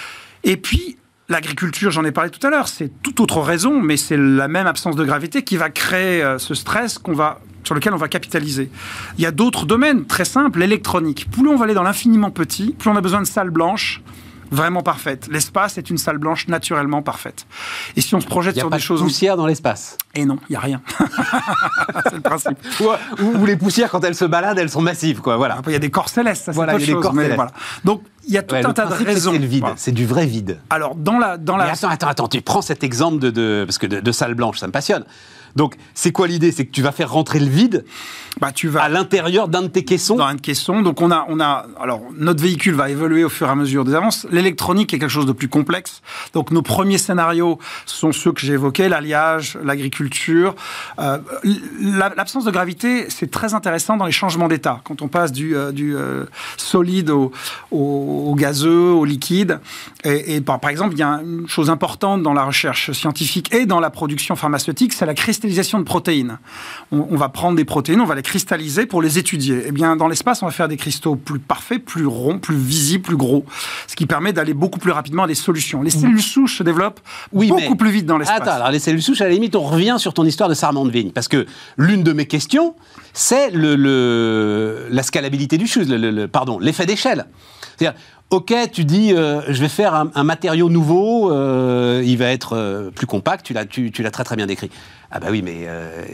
Et puis, l'agriculture, j'en ai parlé tout à l'heure, c'est toute autre raison, mais c'est la même absence de gravité qui va créer euh, ce stress qu'on va, sur lequel on va capitaliser. Il y a d'autres domaines très simples, l'électronique. Plus on va aller dans l'infiniment petit, plus on a besoin de salles blanches vraiment parfaite. L'espace est une salle blanche naturellement parfaite. Et si on se projette sur des choses... Il n'y a pas de poussière dans l'espace. Et non, il n'y a rien. C'est le principe. Ou, ou, ou les poussières, quand elles se baladent, elles sont massives, quoi. Voilà. Il y a des corps célestes, ça, c'est voilà, autre chose. Mais voilà. Donc, il y a tout ouais, un tas de raisons. C'est le vide, voilà. C'est du vrai vide. Alors, dans la... Dans la... Mais attends, attends, attends, tu prends cet exemple de... de parce que de, de salle blanche, ça me passionne. Donc, c'est quoi l'idée? C'est que tu vas faire rentrer le vide bah, tu vas à l'intérieur d'un de tes caissons. Dans un caisson. Donc, on a, on a... Alors, notre véhicule va évoluer au fur et à mesure des avances. L'électronique est quelque chose de plus complexe. Donc, nos premiers scénarios sont ceux que j'ai évoqués, l'alliage, l'agriculture. Euh, l'absence de gravité, c'est très intéressant dans les changements d'état. Quand on passe du, euh, du euh, solide au, au, au gazeux, au liquide. Et, et par, par exemple, il y a une chose importante dans la recherche scientifique et dans la production pharmaceutique, c'est la cristallisation de protéines. On, on va prendre des protéines, on va les cristalliser pour les étudier. Eh bien, dans l'espace, on va faire des cristaux plus parfaits, plus ronds, plus visibles, plus gros, ce qui permet d'aller beaucoup plus rapidement à des solutions. Les cellules souches se développent oui, beaucoup plus vite dans l'espace. Attends, alors les cellules souches, à la limite, on revient sur ton histoire de sarment de vigne, parce que l'une de mes questions, c'est le, le, la scalabilité du chose, le, le, le, pardon, l'effet d'échelle. C'est-à-dire, ok, tu dis, euh, je vais faire un, un matériau nouveau, euh, il va être euh, plus compact, tu l'as, tu, tu l'as très très bien décrit. Ah bah oui, mais euh,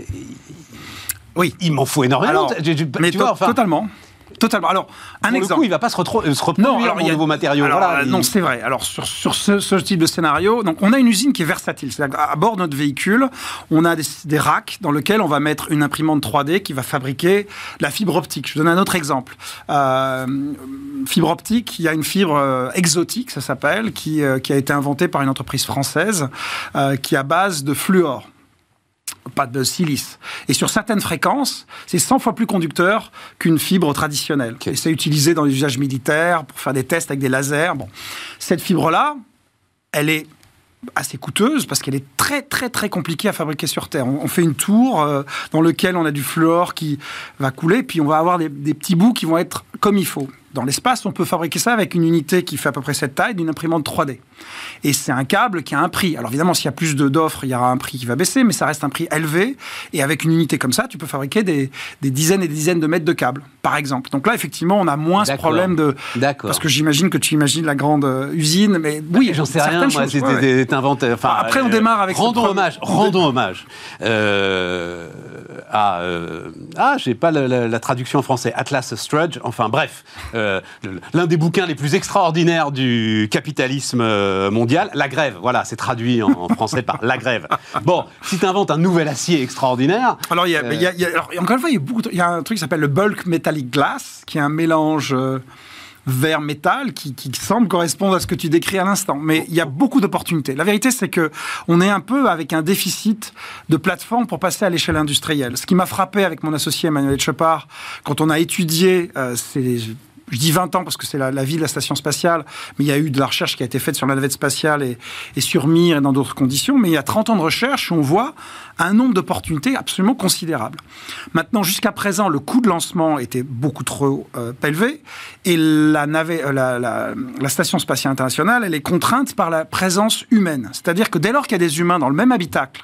oui, il m'en faut énormément. Alors, tu, tu, mais tu to- vois, enfin, totalement. Totalement. Alors, un pour exemple. le coup, il ne va pas se, retro- se reproduire non, alors, dans il y a, nouveaux matériaux. Alors, voilà, non, il... c'est vrai. Alors, sur, sur ce, ce type de scénario, donc, on a une usine qui est versatile. C'est-à-dire qu'à bord de notre véhicule, on a des, des racks dans lesquels on va mettre une imprimante trois D qui va fabriquer la fibre optique. Je donne un autre exemple. Euh, fibre optique, il y a une fibre euh, exotique, ça s'appelle, qui, euh, qui a été inventée par une entreprise française euh, qui est à base de fluor. Pas de silice. Et sur certaines fréquences, c'est cent fois plus conducteur qu'une fibre traditionnelle. Okay. Et c'est utilisé dans les usages militaires pour faire des tests avec des lasers. Bon. Cette fibre-là, elle est assez coûteuse parce qu'elle est très, très, très compliquée à fabriquer sur Terre. On, on fait une tour euh, dans laquelle on a du fluor qui va couler, puis on va avoir des, des petits bouts qui vont être comme il faut. Dans l'espace, on peut fabriquer ça avec une unité qui fait à peu près cette taille d'une imprimante trois D. Et c'est un câble qui a un prix. Alors évidemment, s'il y a plus de, d'offres, il y aura un prix qui va baisser, mais ça reste un prix élevé. Et avec une unité comme ça, tu peux fabriquer des, des dizaines et des dizaines de mètres de câbles, par exemple. Donc là, effectivement, on a moins D'accord. ce problème de... D'accord. Parce que j'imagine que tu imagines la grande euh, usine, mais oui, j'en sais rien, moi, c'est ouais, ouais. inventé. Enfin, enfin, après, on euh, démarre avec... Rendons hommage, rendons hommage. Euh, à... Euh, ah, j'ai pas la, la, la traduction en français. Atlas Strudge, enfin bref. euh, l'un des bouquins les plus extraordinaires du capitalisme mondial, La Grève. Voilà, c'est traduit en, en français par La Grève. Bon, si tu inventes un nouvel acier extraordinaire... Alors, il y a, euh... il y a, il y a, alors encore une fois, il y a, beaucoup de, il y a un truc qui s'appelle le bulk metallic glass, qui est un mélange... Euh, vers métal qui, qui semble correspondre à ce que tu décris à l'instant. Mais il y a beaucoup d'opportunités. La vérité, c'est qu'on est un peu avec un déficit de plateforme pour passer à l'échelle industrielle. Ce qui m'a frappé avec mon associé Emmanuel Etchepart, quand on a étudié euh, ces... Je dis vingt ans parce que c'est la, la vie de la station spatiale, mais il y a eu de la recherche qui a été faite sur la navette spatiale et, et sur Mir et dans d'autres conditions. Mais il y a trente ans de recherche où on voit un nombre d'opportunités absolument considérable. Maintenant, jusqu'à présent, le coût de lancement était beaucoup trop euh, élevé et la, navette, euh, la, la, la station spatiale internationale, elle est contrainte par la présence humaine. C'est-à-dire que dès lors qu'il y a des humains dans le même habitacle,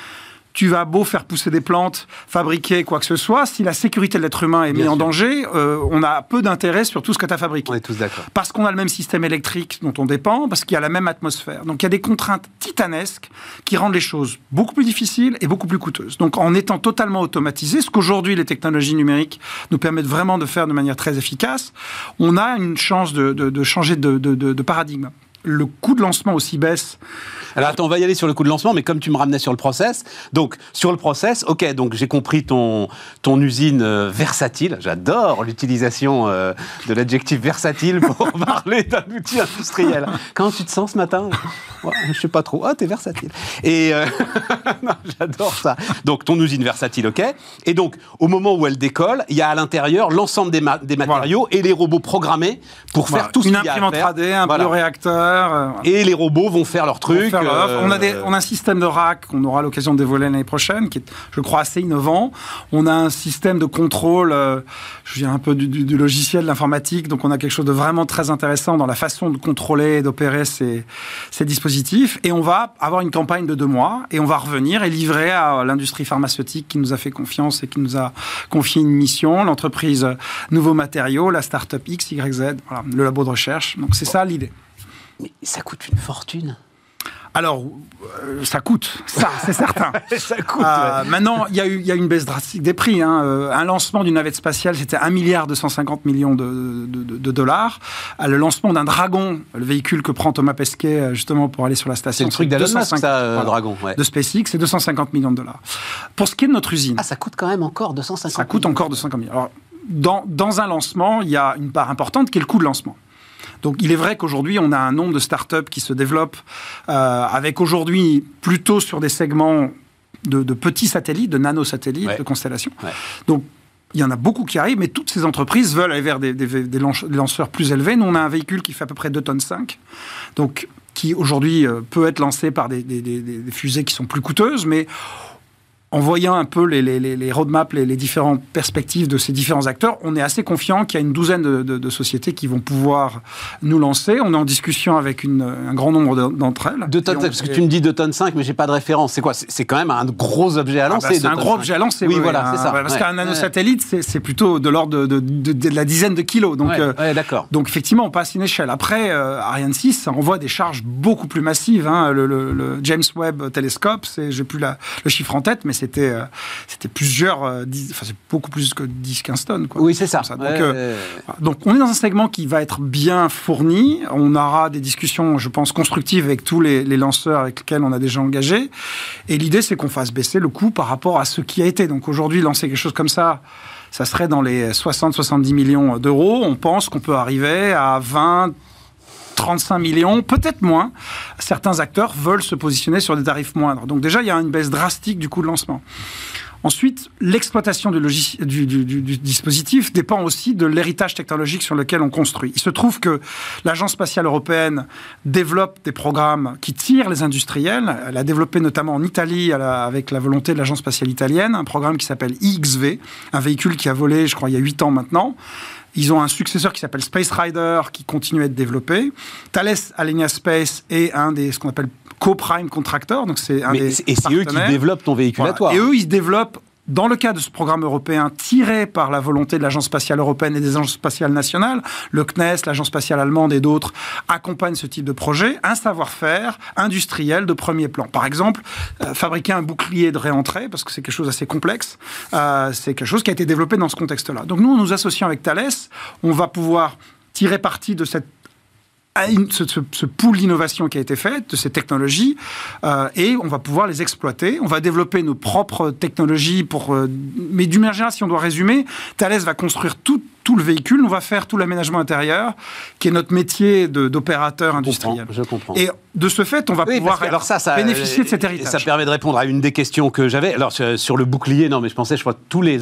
tu vas beau faire pousser des plantes, fabriquer quoi que ce soit, si la sécurité de l'être humain est mise en danger, euh, on a peu d'intérêt sur tout ce que tu as fabriqué. On est tous d'accord. Parce qu'on a le même système électrique dont on dépend, parce qu'il y a la même atmosphère. Donc il y a des contraintes titanesques qui rendent les choses beaucoup plus difficiles et beaucoup plus coûteuses. Donc en étant totalement automatisé, ce qu'aujourd'hui les technologies numériques nous permettent vraiment de faire de manière très efficace, on a une chance de, de, de changer de, de, de, de paradigme. Le coût de lancement aussi baisse. Alors attends, on va y aller sur le coût de lancement, mais comme tu me ramenais sur le process, donc sur le process, ok, donc j'ai compris ton, ton usine euh, versatile, j'adore l'utilisation euh, de l'adjectif versatile pour parler d'un outil industriel. Comment tu te sens ce matin ? Ouais, je sais pas trop. Ah, t'es versatile. Et euh, non, j'adore ça. Donc ton usine versatile, ok. Et donc au moment où elle décolle, il y a à l'intérieur l'ensemble des, ma- des matériaux voilà. et les robots programmés pour voilà. faire tout ce qu'il y a à faire. Une imprimante trois D, un voilà. bioréacteur. Euh, et les robots vont faire leur truc. Faire leur euh... on, a des, on a un système de rack qu'on aura l'occasion de dévoiler l'année prochaine, qui est, je crois, assez innovant. On a un système de contrôle, euh, je viens un peu du, du, du logiciel, de l'informatique, donc on a quelque chose de vraiment très intéressant dans la façon de contrôler et d'opérer ces, ces dispositifs. Et on va avoir une campagne de deux mois et on va revenir et livrer à l'industrie pharmaceutique qui nous a fait confiance et qui nous a confié une mission, l'entreprise Nouveaux Matériaux, la start-up X Y Z, voilà, le labo de recherche. Donc c'est ça l'idée. Mais ça coûte une fortune. Alors, euh, ça coûte, ça, c'est certain. ça coûte, euh, ouais. Maintenant, il y, y a une baisse drastique des prix. Hein. Euh, un lancement d'une navette spatiale, c'était un milliard deux cent cinquante millions de, de, de, de dollars. Euh, le lancement d'un Dragon, le véhicule que prend Thomas Pesquet, justement, pour aller sur la station. C'est le truc d'Elon Musk, ça, euh, voilà, Dragon. Ouais. De SpaceX, c'est deux cent cinquante millions de dollars. Pour ce qui est de notre usine... Ah, ça coûte quand même encore deux cent cinquante Ça coûte encore deux cent cinquante millions. Alors, dans, dans un lancement, il y a une part importante qui est le coût de lancement. Donc, il est vrai qu'aujourd'hui, on a un nombre de startups qui se développent euh, avec aujourd'hui plutôt sur des segments de, de petits satellites, de nanosatellites, ouais. de constellations. Ouais. Donc, il y en a beaucoup qui arrivent, mais toutes ces entreprises veulent aller vers des, des, des lanceurs plus élevés. Nous, on a un véhicule qui fait à peu près deux tonnes cinq, donc qui aujourd'hui euh, peut être lancé par des, des, des, des fusées qui sont plus coûteuses, mais en voyant un peu les, les, les roadmaps, les, les différentes perspectives de ces différents acteurs, on est assez confiant qu'il y a une douzaine de, de, de sociétés qui vont pouvoir nous lancer. On est en discussion avec une, un grand nombre d'entre elles. deux tonnes, parce que tu me dis deux tonnes cinq, mais j'ai pas de référence. C'est quoi ? C'est, c'est quand même un gros objet à lancer. Ah bah c'est un gros objet à lancer. Oui, oui voilà, un, c'est ça. Parce ouais. qu'un nanosatellite, c'est, c'est plutôt de l'ordre de, de, de, de la dizaine de kilos. Donc, ouais, euh, ouais, d'accord. Donc effectivement, on passe une échelle. Après, euh, Ariane six, ça envoie des charges beaucoup plus massives. Hein. Le, le, le James Webb Telescope, c'est, j'ai plus la, le chiffre en tête, mais c'était... Euh, C'était plusieurs, euh, dix, enfin c'est beaucoup plus que dix à quinze tonnes. Quoi, oui, c'est ça. ça. Donc, ouais, euh, ouais. donc, on est dans un segment qui va être bien fourni. On aura des discussions, je pense, constructives avec tous les, les lanceurs avec lesquels on a déjà engagé. Et l'idée, c'est qu'on fasse baisser le coût par rapport à ce qui a été. Donc, aujourd'hui, lancer quelque chose comme ça, ça serait dans les soixante à soixante-dix millions d'euros. On pense qu'on peut arriver à vingt, trente-cinq millions, peut-être moins. Certains acteurs veulent se positionner sur des tarifs moindres. Donc, déjà, il y a une baisse drastique du coût de lancement. Ensuite, l'exploitation du, logis- du, du, du, du dispositif dépend aussi de l'héritage technologique sur lequel on construit. Il se trouve que l'Agence spatiale européenne développe des programmes qui tirent les industriels. Elle a développé notamment en Italie, la, avec la volonté de l'Agence spatiale italienne, un programme qui s'appelle I X V, un véhicule qui a volé, je crois, il y a huit ans maintenant. Ils ont un successeur qui s'appelle Space Rider, qui continue à être développé. Thales Alenia Space est un des, ce qu'on appelle co-prime contractors, donc c'est un Mais des Et c'est eux qui développent ton véhicule voilà. à toi. Et eux, ils développent dans le cas de ce programme européen tiré par la volonté de l'Agence spatiale européenne et des agences spatiales nationales, le C N E S, l'Agence spatiale allemande et d'autres accompagnent ce type de projet, un savoir-faire industriel de premier plan. Par exemple, euh, fabriquer un bouclier de réentrée, parce que c'est quelque chose d'assez complexe, euh, c'est quelque chose qui a été développé dans ce contexte-là. Donc nous, en nous associant avec Thales, on va pouvoir tirer parti de cette Ce, ce, ce pool d'innovation qui a été fait, de ces technologies, euh, et on va pouvoir les exploiter. On va développer nos propres technologies, pour, euh, mais d'une manière générale, si on doit résumer, Thales va construire tout, tout le véhicule, on va faire tout l'aménagement intérieur, qui est notre métier de, d'opérateur je industriel. Comprends, je comprends. Et de ce fait, on va oui, pouvoir que, alors ça, ça, bénéficier de cet héritage. Ça permet de répondre à une des questions que j'avais. Alors, sur, sur le bouclier, non, mais je pensais, je crois, tous les...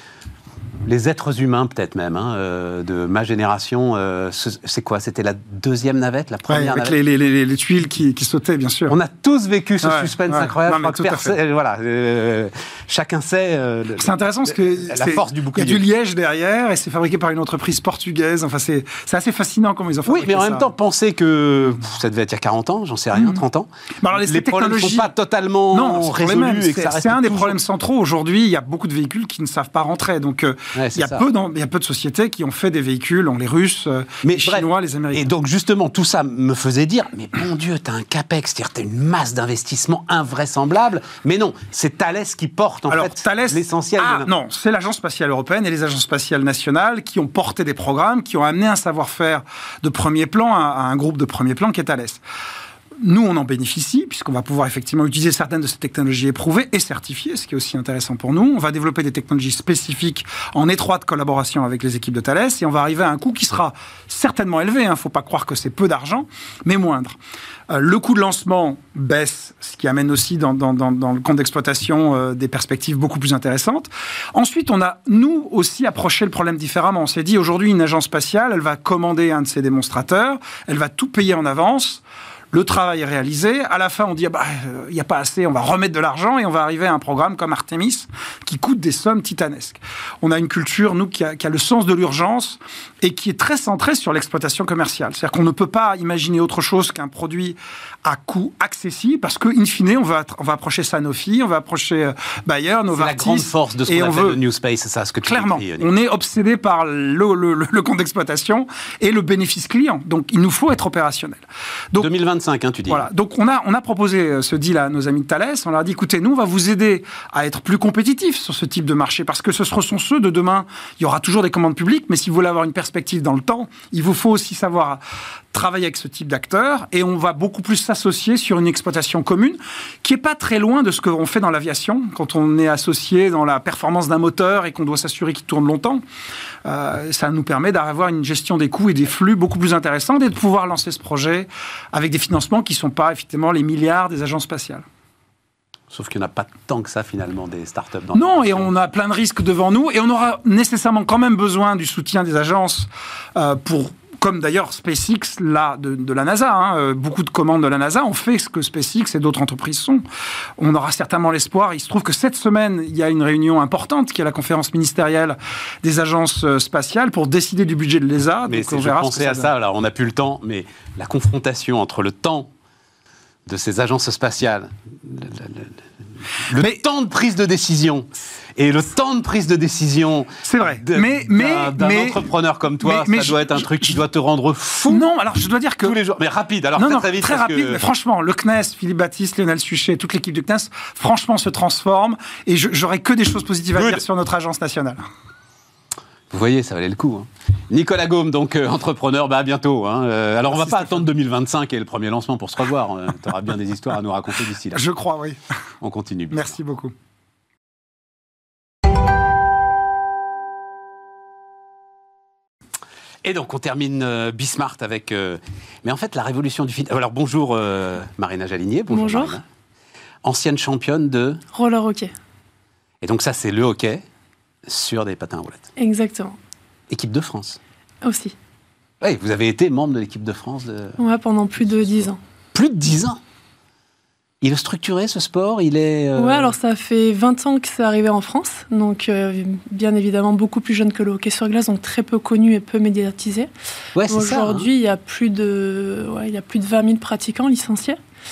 Les êtres humains, peut-être même, hein, euh, de ma génération, euh, c'est quoi? C'était la deuxième navette, la première ouais, avec navette les, les, les tuiles qui, qui sautaient, bien sûr. On a tous vécu ce ouais, suspense ouais. incroyable. Non, mais perso- euh, voilà, euh, chacun sait. Euh, c'est intéressant parce que la force du bouclier. Il y a du liège derrière et c'est fabriqué par une entreprise portugaise. Enfin, c'est, c'est assez fascinant comment ils ont fabriqué ça. Oui, mais en même temps, penser que pff, ça devait être il y a quarante ans, j'en sais rien, mmh. trente ans. Bah alors, les les problèmes ne sont pas totalement non, résolus. C'est, et que ça c'est, reste c'est un des toujours... problèmes centraux. Aujourd'hui, il y a beaucoup de véhicules qui ne savent pas rentrer. Donc, euh, ouais, il, y a peu dans, il y a peu de sociétés qui ont fait des véhicules, on les Russes, mais les bref, Chinois, les Américains. Et donc, justement, tout ça me faisait dire, mais bon Dieu, t'as un capex, c'est-à-dire t'as une masse d'investissement invraisemblable. Mais non, c'est Thales qui porte, en Alors, fait, Thales, l'essentiel. Ah, de la... non, c'est l'Agence spatiale européenne et les agences spatiales nationales qui ont porté des programmes, qui ont amené un savoir-faire de premier plan à, à un groupe de premier plan qui est Thales. Nous, on en bénéficie, puisqu'on va pouvoir effectivement utiliser certaines de ces technologies éprouvées et certifiées, ce qui est aussi intéressant pour nous. On va développer des technologies spécifiques en étroite collaboration avec les équipes de Thales, et on va arriver à un coût qui sera certainement élevé. Il hein, ne faut pas croire que c'est peu d'argent, mais moindre. Euh, le coût de lancement baisse, ce qui amène aussi dans, dans, dans, dans le compte d'exploitation euh, des perspectives beaucoup plus intéressantes. Ensuite, on a, nous aussi, approché le problème différemment. On s'est dit, aujourd'hui, une agence spatiale, elle va commander un de ses démonstrateurs, elle va tout payer en avance. Le travail est réalisé. À la fin, on dit, il ah bah, n'y a pas assez, on va remettre de l'argent et on va arriver à un programme comme Artemis qui coûte des sommes titanesques. On a une culture, nous, qui a, qui a le sens de l'urgence et qui est très centrée sur l'exploitation commerciale. C'est-à-dire qu'on ne peut pas imaginer autre chose qu'un produit à coût accessible parce qu'in fine, on va, on va approcher Sanofi, on va approcher Bayer, Novartis. C'est la grande force de ce qu'on appelle veut, le New Space, c'est ça ce que tu clairement, décris, on est obsédé par le, le, le, le compte d'exploitation et le bénéfice client. Donc, il nous faut être opérationnel. Donc, deux mille vingt-cinq, hein, tu dis. Voilà. Donc, on a, on a proposé ce deal à nos amis de Thales. On leur a dit, écoutez, nous, on va vous aider à être plus compétitifs sur ce type de marché parce que ce sont ceux de demain. Il y aura toujours des commandes publiques, mais si vous voulez avoir une perspective dans le temps, il vous faut aussi savoir travailler avec ce type d'acteurs et on va beaucoup plus s'associer sur une exploitation commune qui n'est pas très loin de ce qu'on fait dans l'aviation quand on est associé dans la performance d'un moteur et qu'on doit s'assurer qu'il tourne longtemps. Euh, ça nous permet d'avoir une gestion des coûts et des flux beaucoup plus intéressante et de pouvoir lancer ce projet avec des financements qui ne sont pas effectivement les milliards des agences spatiales. Sauf qu'il n'y en a pas tant que ça, finalement, des startups. Dans non, et on a plein de risques devant nous et on aura nécessairement quand même besoin du soutien des agences euh, pour... Comme d'ailleurs SpaceX, là, de, de la NASA. Hein. Euh, beaucoup de commandes de la NASA ont fait ce que SpaceX et d'autres entreprises sont. On aura certainement l'espoir. Il se trouve que cette semaine, il y a une réunion importante qui est la conférence ministérielle des agences spatiales pour décider du budget de l'E S A. Mais donc on je verra pensais ce que à ça ça, alors on n'a plus le temps, mais la confrontation entre le temps de ces agences spatiales, le, le, le, le mais, temps de prise de décision et le temps de prise de décision c'est vrai. De, mais, d'un, mais, d'un mais, entrepreneur comme toi, mais, ça mais doit je, être un je, truc qui je, doit te rendre fou. Non, alors je dois dire que... Tous les jours, mais rapide, alors non, très non, très vite. Très parce rapide, que... mais franchement, le C N E S, Philippe Baptiste, Lionel Suchet, toute l'équipe du C N E S, franchement se transforme et je, j'aurais que des choses positives à Good. dire sur notre agence nationale. Vous voyez, ça valait le coup. Hein. Nicolas Gaume, donc euh, entrepreneur, bah, à bientôt. Hein. Euh, alors, on ne va pas Stéphane. attendre deux mille vingt-cinq et le premier lancement pour se revoir. Euh, tu auras bien des histoires à nous raconter d'ici là. Je crois, oui. On continue. Bien. Merci beaucoup. Et donc, on termine euh, Bismart avec... Euh... Mais en fait, la révolution du film... Alors, bonjour euh, Marina Jalinier. Bonjour. Bonjour. Marina. Ancienne championne de... Roller hockey. Et donc, ça, c'est le hockey sur des patins à roulettes. Exactement. Équipe de France. Aussi. Oui, vous avez été membre de l'équipe de France de... Ouais, pendant plus de dix ans. Plus de dix ans. Il est structuré, ce sport, il est... Euh... Ouais, alors ça fait vingt ans que c'est arrivé en France, donc euh, bien évidemment beaucoup plus jeune que le hockey sur glace, donc très peu connu et peu médiatisé. Ouais, c'est ça. Aujourd'hui, hein. il y a plus de, ouais, il y a plus de vingt mille pratiquants licenciés.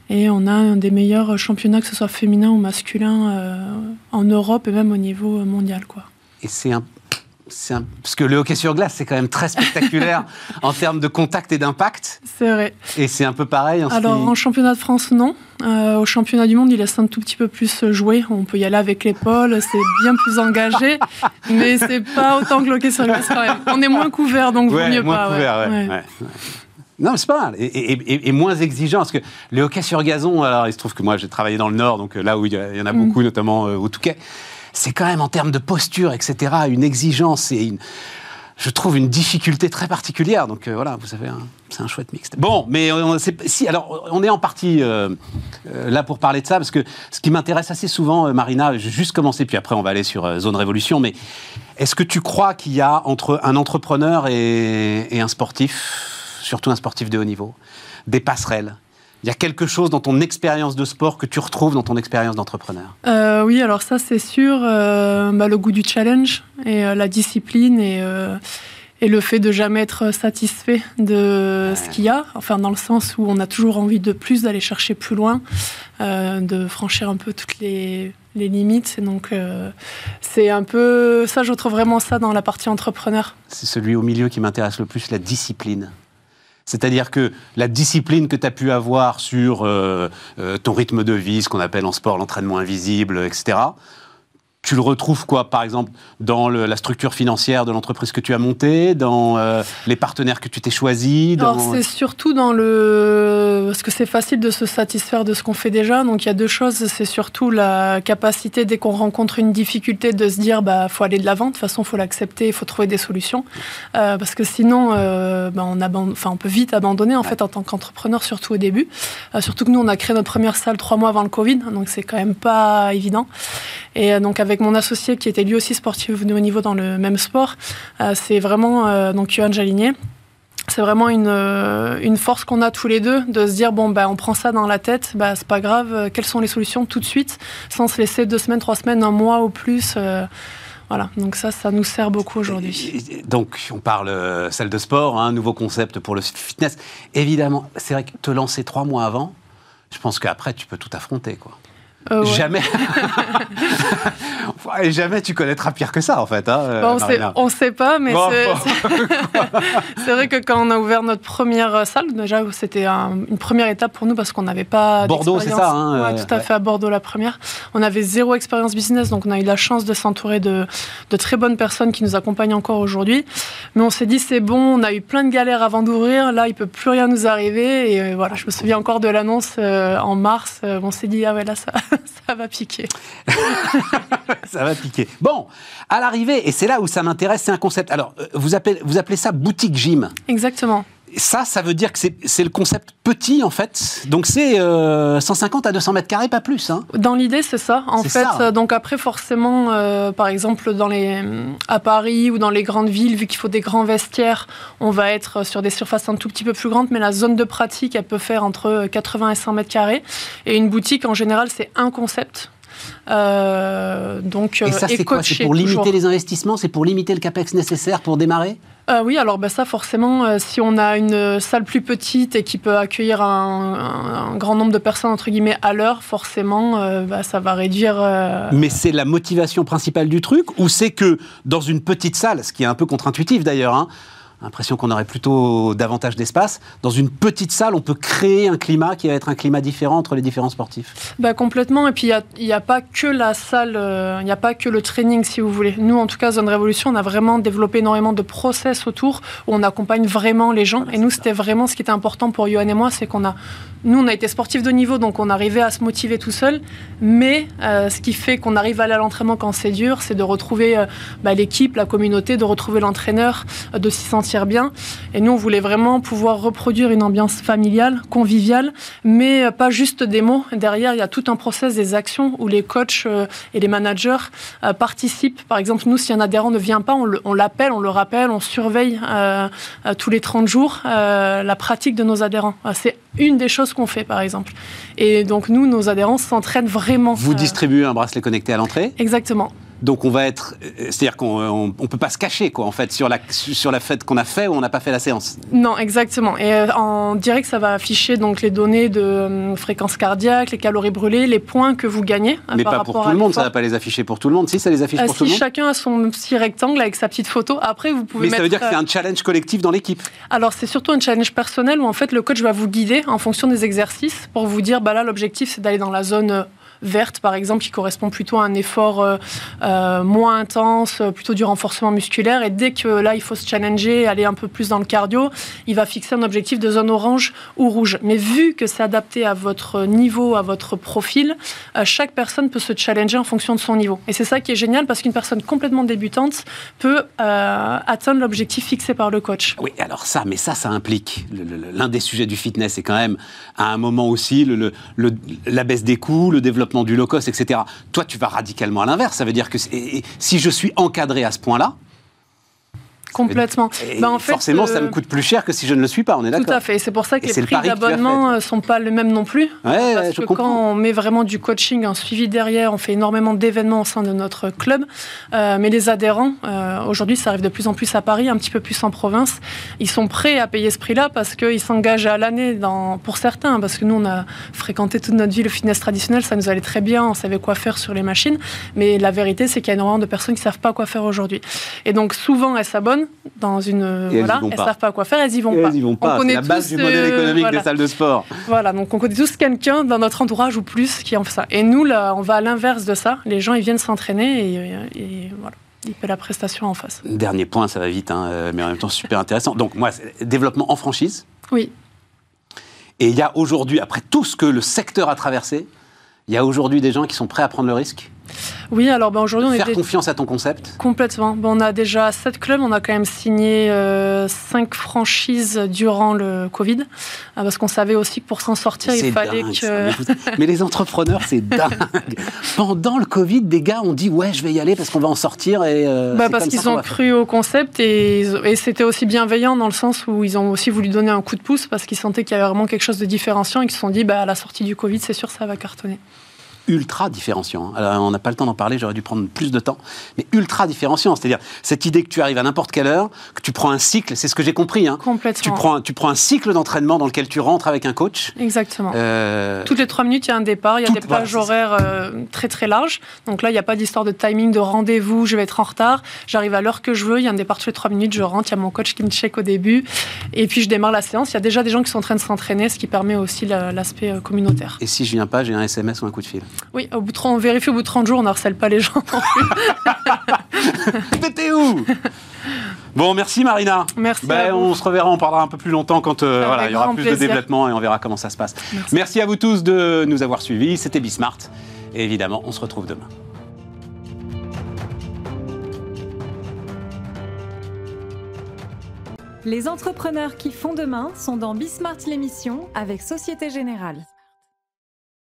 Et on a un des meilleurs championnats, que ce soit féminin ou masculin, euh, en Europe et même au niveau mondial, quoi. Et c'est un... C'est un... Parce que le hockey sur glace, c'est quand même très spectaculaire en termes de contact et d'impact. C'est vrai. Et c'est un peu pareil en Alors, ski... en championnat de France, non. Euh, au championnat du monde, il laisse un tout petit peu plus jouer. On peut y aller avec l'épaule, c'est bien plus engagé, mais c'est pas autant que le hockey sur glace quand même. On est moins couvert, donc ouais, vaut mieux moins pas. Couvert, ouais. Ouais. Ouais. Ouais. Non, mais c'est pas mal. Et, et, et, et moins exigeant. Parce que le hockey sur gazon, alors il se trouve que moi j'ai travaillé dans le Nord, donc là où il y, y en a beaucoup, mmh. notamment euh, au Touquet. C'est quand même en termes de posture, et cetera, une exigence et une, je trouve une difficulté très particulière. Donc euh, voilà, vous savez, hein, c'est un chouette mixte. Bon, mais on, c'est, si, alors on est en partie euh, euh, là pour parler de ça, parce que ce qui m'intéresse assez souvent, euh, Marina, je vais juste commencer, puis après on va aller sur euh, Zone Révolution, mais est-ce que tu crois qu'il y a entre un entrepreneur et, et un sportif, surtout un sportif de haut niveau, des passerelles ? Il y a quelque chose dans ton expérience de sport que tu retrouves dans ton expérience d'entrepreneur ? euh, Oui, alors ça, c'est sûr. Euh, bah, le goût du challenge et euh, la discipline et, euh, et le fait de jamais être satisfait de ouais. ce qu'il y a. Enfin, dans le sens où on a toujours envie de plus, d'aller chercher plus loin, euh, de franchir un peu toutes les, les limites. Et donc, euh, c'est un peu... Ça, je retrouve vraiment ça dans la partie entrepreneur. C'est celui au milieu qui m'intéresse le plus, la discipline. C'est-à-dire que la discipline que tu as pu avoir sur euh, euh, ton rythme de vie, ce qu'on appelle en sport l'entraînement invisible, et cetera, tu le retrouves quoi, par exemple, dans le, la structure financière de l'entreprise que tu as montée, dans euh, les partenaires que tu t'es choisis dans... Alors, c'est surtout dans le... Parce que c'est facile de se satisfaire de ce qu'on fait déjà. Donc, il y a deux choses. C'est surtout la capacité, dès qu'on rencontre une difficulté, de se dire bah, faut aller de l'avant. De toute façon, il faut l'accepter, il faut trouver des solutions. Euh, parce que sinon, euh, bah, on, aband... enfin, on peut vite abandonner en fait, en tant qu'entrepreneur, surtout au début. Euh, surtout que nous, on a créé notre première salle trois mois avant le Covid. Donc, c'est quand même pas évident. Et euh, donc, avec mon associé qui était lui aussi sportif de haut niveau dans le même sport, euh, c'est vraiment euh, donc Johan Jalinier. C'est vraiment une, euh, une force qu'on a tous les deux de se dire bon ben on prend ça dans la tête, bah c'est pas grave, euh, quelles sont les solutions tout de suite, sans se laisser deux semaines, trois semaines, un mois ou plus. Euh, Voilà, donc ça, ça nous sert beaucoup aujourd'hui. Donc, on parle euh, salle de sport, un hein, nouveau concept pour le fitness. Évidemment, c'est vrai que te lancer trois mois avant, je pense qu'après, tu peux tout affronter, quoi. Euh, ouais. Jamais. Jamais tu connaîtras pire que ça, en fait. Hein, bon, on ne sait pas, mais bon, c'est, bon. c'est... c'est vrai que quand on a ouvert notre première salle, déjà, c'était un, une première étape pour nous parce qu'on n'avait pas Bordeaux, d'expérience. C'est ça hein, ouais, tout à ouais. fait, à Bordeaux, la première. On avait zéro expérience business, donc on a eu la chance de s'entourer de, de très bonnes personnes qui nous accompagnent encore aujourd'hui. Mais on s'est dit, c'est bon, on a eu plein de galères avant d'ouvrir. Là, il ne peut plus rien nous arriver. Et euh, voilà, je me souviens encore de l'annonce euh, en mars. Euh, on s'est dit, ah ouais, là, ça... ça va piquer. Ça va piquer. Bon, à l'arrivée, et c'est là où ça m'intéresse, c'est un concept. Alors, vous appelez, vous appelez ça boutique gym. Exactement. Ça, ça veut dire que c'est, c'est le concept petit, en fait. Donc, c'est euh, cent cinquante à deux cents mètres carrés, pas plus. Hein. Dans l'idée, c'est ça. En c'est fait, ça, hein. Donc après, forcément, euh, par exemple, dans les, à Paris ou dans les grandes villes, vu qu'il faut des grands vestiaires, on va être sur des surfaces un tout petit peu plus grandes, mais la zone de pratique, elle peut faire entre quatre-vingts et cent mètres carrés. Et une boutique, en général, c'est un concept. Euh, donc, et ça, c'est quoi ? C'est pour limiter toujours. les investissements ? C'est pour limiter le capex nécessaire pour démarrer ? Euh, oui, alors ben ça forcément, euh, si on a une salle plus petite et qui peut accueillir un, un, un grand nombre de personnes, entre guillemets, à l'heure, forcément, euh, ben, ça va réduire... Euh... Mais c'est la motivation principale du truc, ou c'est que dans une petite salle, ce qui est un peu contre-intuitif d'ailleurs, hein, l'impression qu'on aurait plutôt davantage d'espace. Dans une petite salle, on peut créer un climat qui va être un climat différent entre les différents sportifs. Bah, complètement. Et puis, il n'y a, a pas que la salle, il euh, n'y a pas que le training, si vous voulez. Nous, en tout cas, Zone Révolution, on a vraiment développé énormément de process autour où on accompagne vraiment les gens. Voilà, et nous, c'était vraiment ce qui était important pour Johan et moi, c'est qu'on a... Nous, on a été sportifs de niveau, donc on arrivait à se motiver tout seul. Mais euh, ce qui fait qu'on arrive à aller à l'entraînement quand c'est dur, c'est de retrouver euh, bah, l'équipe, la communauté, de retrouver l'entraîneur, euh, de s'y sentir bien. Et nous, on voulait vraiment pouvoir reproduire une ambiance familiale, conviviale, mais pas juste des mots. Derrière, il y a tout un process, des actions où les coachs et les managers euh, participent. Par exemple, nous, si un adhérent ne vient pas, on, le, on l'appelle, on le rappelle, on surveille euh, euh, tous les trente jours euh, la pratique de nos adhérents. C'est une des choses qu'on fait, par exemple. Et donc, nous, nos adhérents s'entraînent vraiment. Vous euh... distribuez un bracelet connecté à l'entrée ? Exactement. Donc on va être, c'est-à-dire qu'on ne peut pas se cacher quoi en fait sur la sur la fête qu'on a fait ou on n'a pas fait la séance. Non, exactement. Et euh, en direct, ça va afficher donc les données de euh, fréquence cardiaque, les calories brûlées, les points que vous gagnez. Mais par pas pour rapport tout à le monde, l'effort. ça va pas les afficher pour tout le monde. Si ça les affiche Euh, pour si tout le monde. chacun a son petit rectangle avec sa petite photo, après vous pouvez Mais mettre. ça veut dire que c'est euh, un challenge collectif dans l'équipe. Alors c'est surtout un challenge personnel où en fait le coach va vous guider en fonction des exercices pour vous dire bah là l'objectif c'est d'aller dans la zone euh, verte par exemple qui correspond plutôt à un effort euh, euh, moins intense, euh, plutôt du renforcement musculaire et dès que là il faut se challenger, aller un peu plus dans le cardio, il va fixer un objectif de zone orange ou rouge. Mais vu que c'est adapté à votre niveau, à votre profil, euh, chaque personne peut se challenger en fonction de son niveau. Et c'est ça qui est génial parce qu'une personne complètement débutante peut euh, atteindre l'objectif fixé par le coach. Oui, alors ça, mais ça, ça implique le- le- l'un des sujets du fitness, c'est quand même à un moment aussi le, le- le- la baisse des coûts, le développement du low cost, et cetera. Toi, tu vas radicalement à l'inverse. Ça veut dire que c'est- et- et si je suis encadré à ce point-là, Complètement. et Ben, en fait, forcément, ça euh, me coûte plus cher que si je ne le suis pas. On est d'accord. Tout à fait. Et c'est pour ça que Et c'est les le prix pari que tu as d'abonnement fait. ne sont pas les mêmes non plus. Ouais, parce je que comprends. quand on met vraiment du coaching, un suivi derrière, on fait énormément d'événements au sein de notre club. Euh, mais les adhérents, euh, aujourd'hui, ça arrive de plus en plus à Paris, un petit peu plus en province. Ils sont prêts à payer ce prix-là parce qu'ils s'engagent à l'année dans, pour certains. Parce que nous, on a fréquenté toute notre vie le fitness traditionnel, ça nous allait très bien, on savait quoi faire sur les machines. Mais la vérité, c'est qu'il y a énormément de personnes qui ne savent pas quoi faire aujourd'hui. Et donc, souvent, elles s'abonnent dans une. Et elles voilà, y vont elles pas. savent pas quoi faire, elles y vont Et pas. elles y vont On pas. C'est connaît la base tous, du modèle euh, économique voilà. des salles de sport. Voilà, donc on connaît tous quelqu'un dans notre entourage ou plus qui en fait ça. Et nous, là, on va à l'inverse de ça. Les gens, ils viennent s'entraîner et, et voilà, ils paient la prestation en face. Dernier point, ça va vite, hein, euh, mais en même temps super intéressant. Donc moi, c'est développement en franchise. Oui, Et il y a aujourd'hui, après tout ce que le secteur a traversé, il y a aujourd'hui des gens qui sont prêts à prendre le risque. oui. Alors ben, aujourd'hui, on est Faire dé- confiance à ton concept. complètement. Bon, on a déjà sept clubs. On a quand même signé euh, cinq franchises durant le Covid, euh, parce qu'on savait aussi que pour s'en sortir, C'est il fallait dingue, ça. que. Mais, vous- mais les entrepreneurs, c'est dingue. Pendant le Covid, des gars ont dit ouais, je vais y aller parce qu'on va en sortir et. euh, Bah c'est parce comme ça qu'ils qu'on ont va faire. cru au concept et, ils- et c'était aussi bienveillant dans le sens où ils ont aussi voulu donner un coup de pouce parce qu'ils sentaient qu'il y avait vraiment quelque chose de différenciant et qu'ils se sont dit bah, à la sortie du Covid, c'est sûr, ça va cartonner. Ultra différenciant. hein. Alors, on n'a pas le temps d'en parler, j'aurais dû prendre plus de temps. Mais ultra différenciant, c'est-à-dire cette idée que tu arrives à n'importe quelle heure, que tu prends un cycle, c'est ce que j'ai compris. Hein. Complètement. Tu prends, un- tu prends un cycle d'entraînement dans lequel tu rentres avec un coach. Exactement. Euh, Toutes les trois minutes, il y a un départ, il y a Toutes- des plages voilà, c'est horaires euh, très très larges. Donc là, il n'y a pas d'histoire de timing, de rendez-vous, je vais être en retard. J'arrive à l'heure que je veux, il y a un départ toutes les trois minutes, je rentre, il y a mon coach qui me check au début. Et puis je démarre la séance. Il y a déjà des gens qui sont en train de s'entraîner, ce qui permet aussi la- l'aspect euh, communautaire. Et si je viens pas, j'ai un S M S ou un coup de fil. Oui, au bout de, on vérifie au bout de trente jours, on n'harcèle pas les gens. T'étais où? Bon, merci Marina. Merci Ben, à vous. on se reverra, on parlera un peu plus longtemps quand euh, Avec voilà, il y aura grand plus de plaisir. développement et on verra comment ça se passe. Merci. Merci à vous tous de nous avoir suivis. C'était Bismart. Et évidemment, on se retrouve demain. Les entrepreneurs qui font demain sont dans Bismart l'émission avec Société Générale.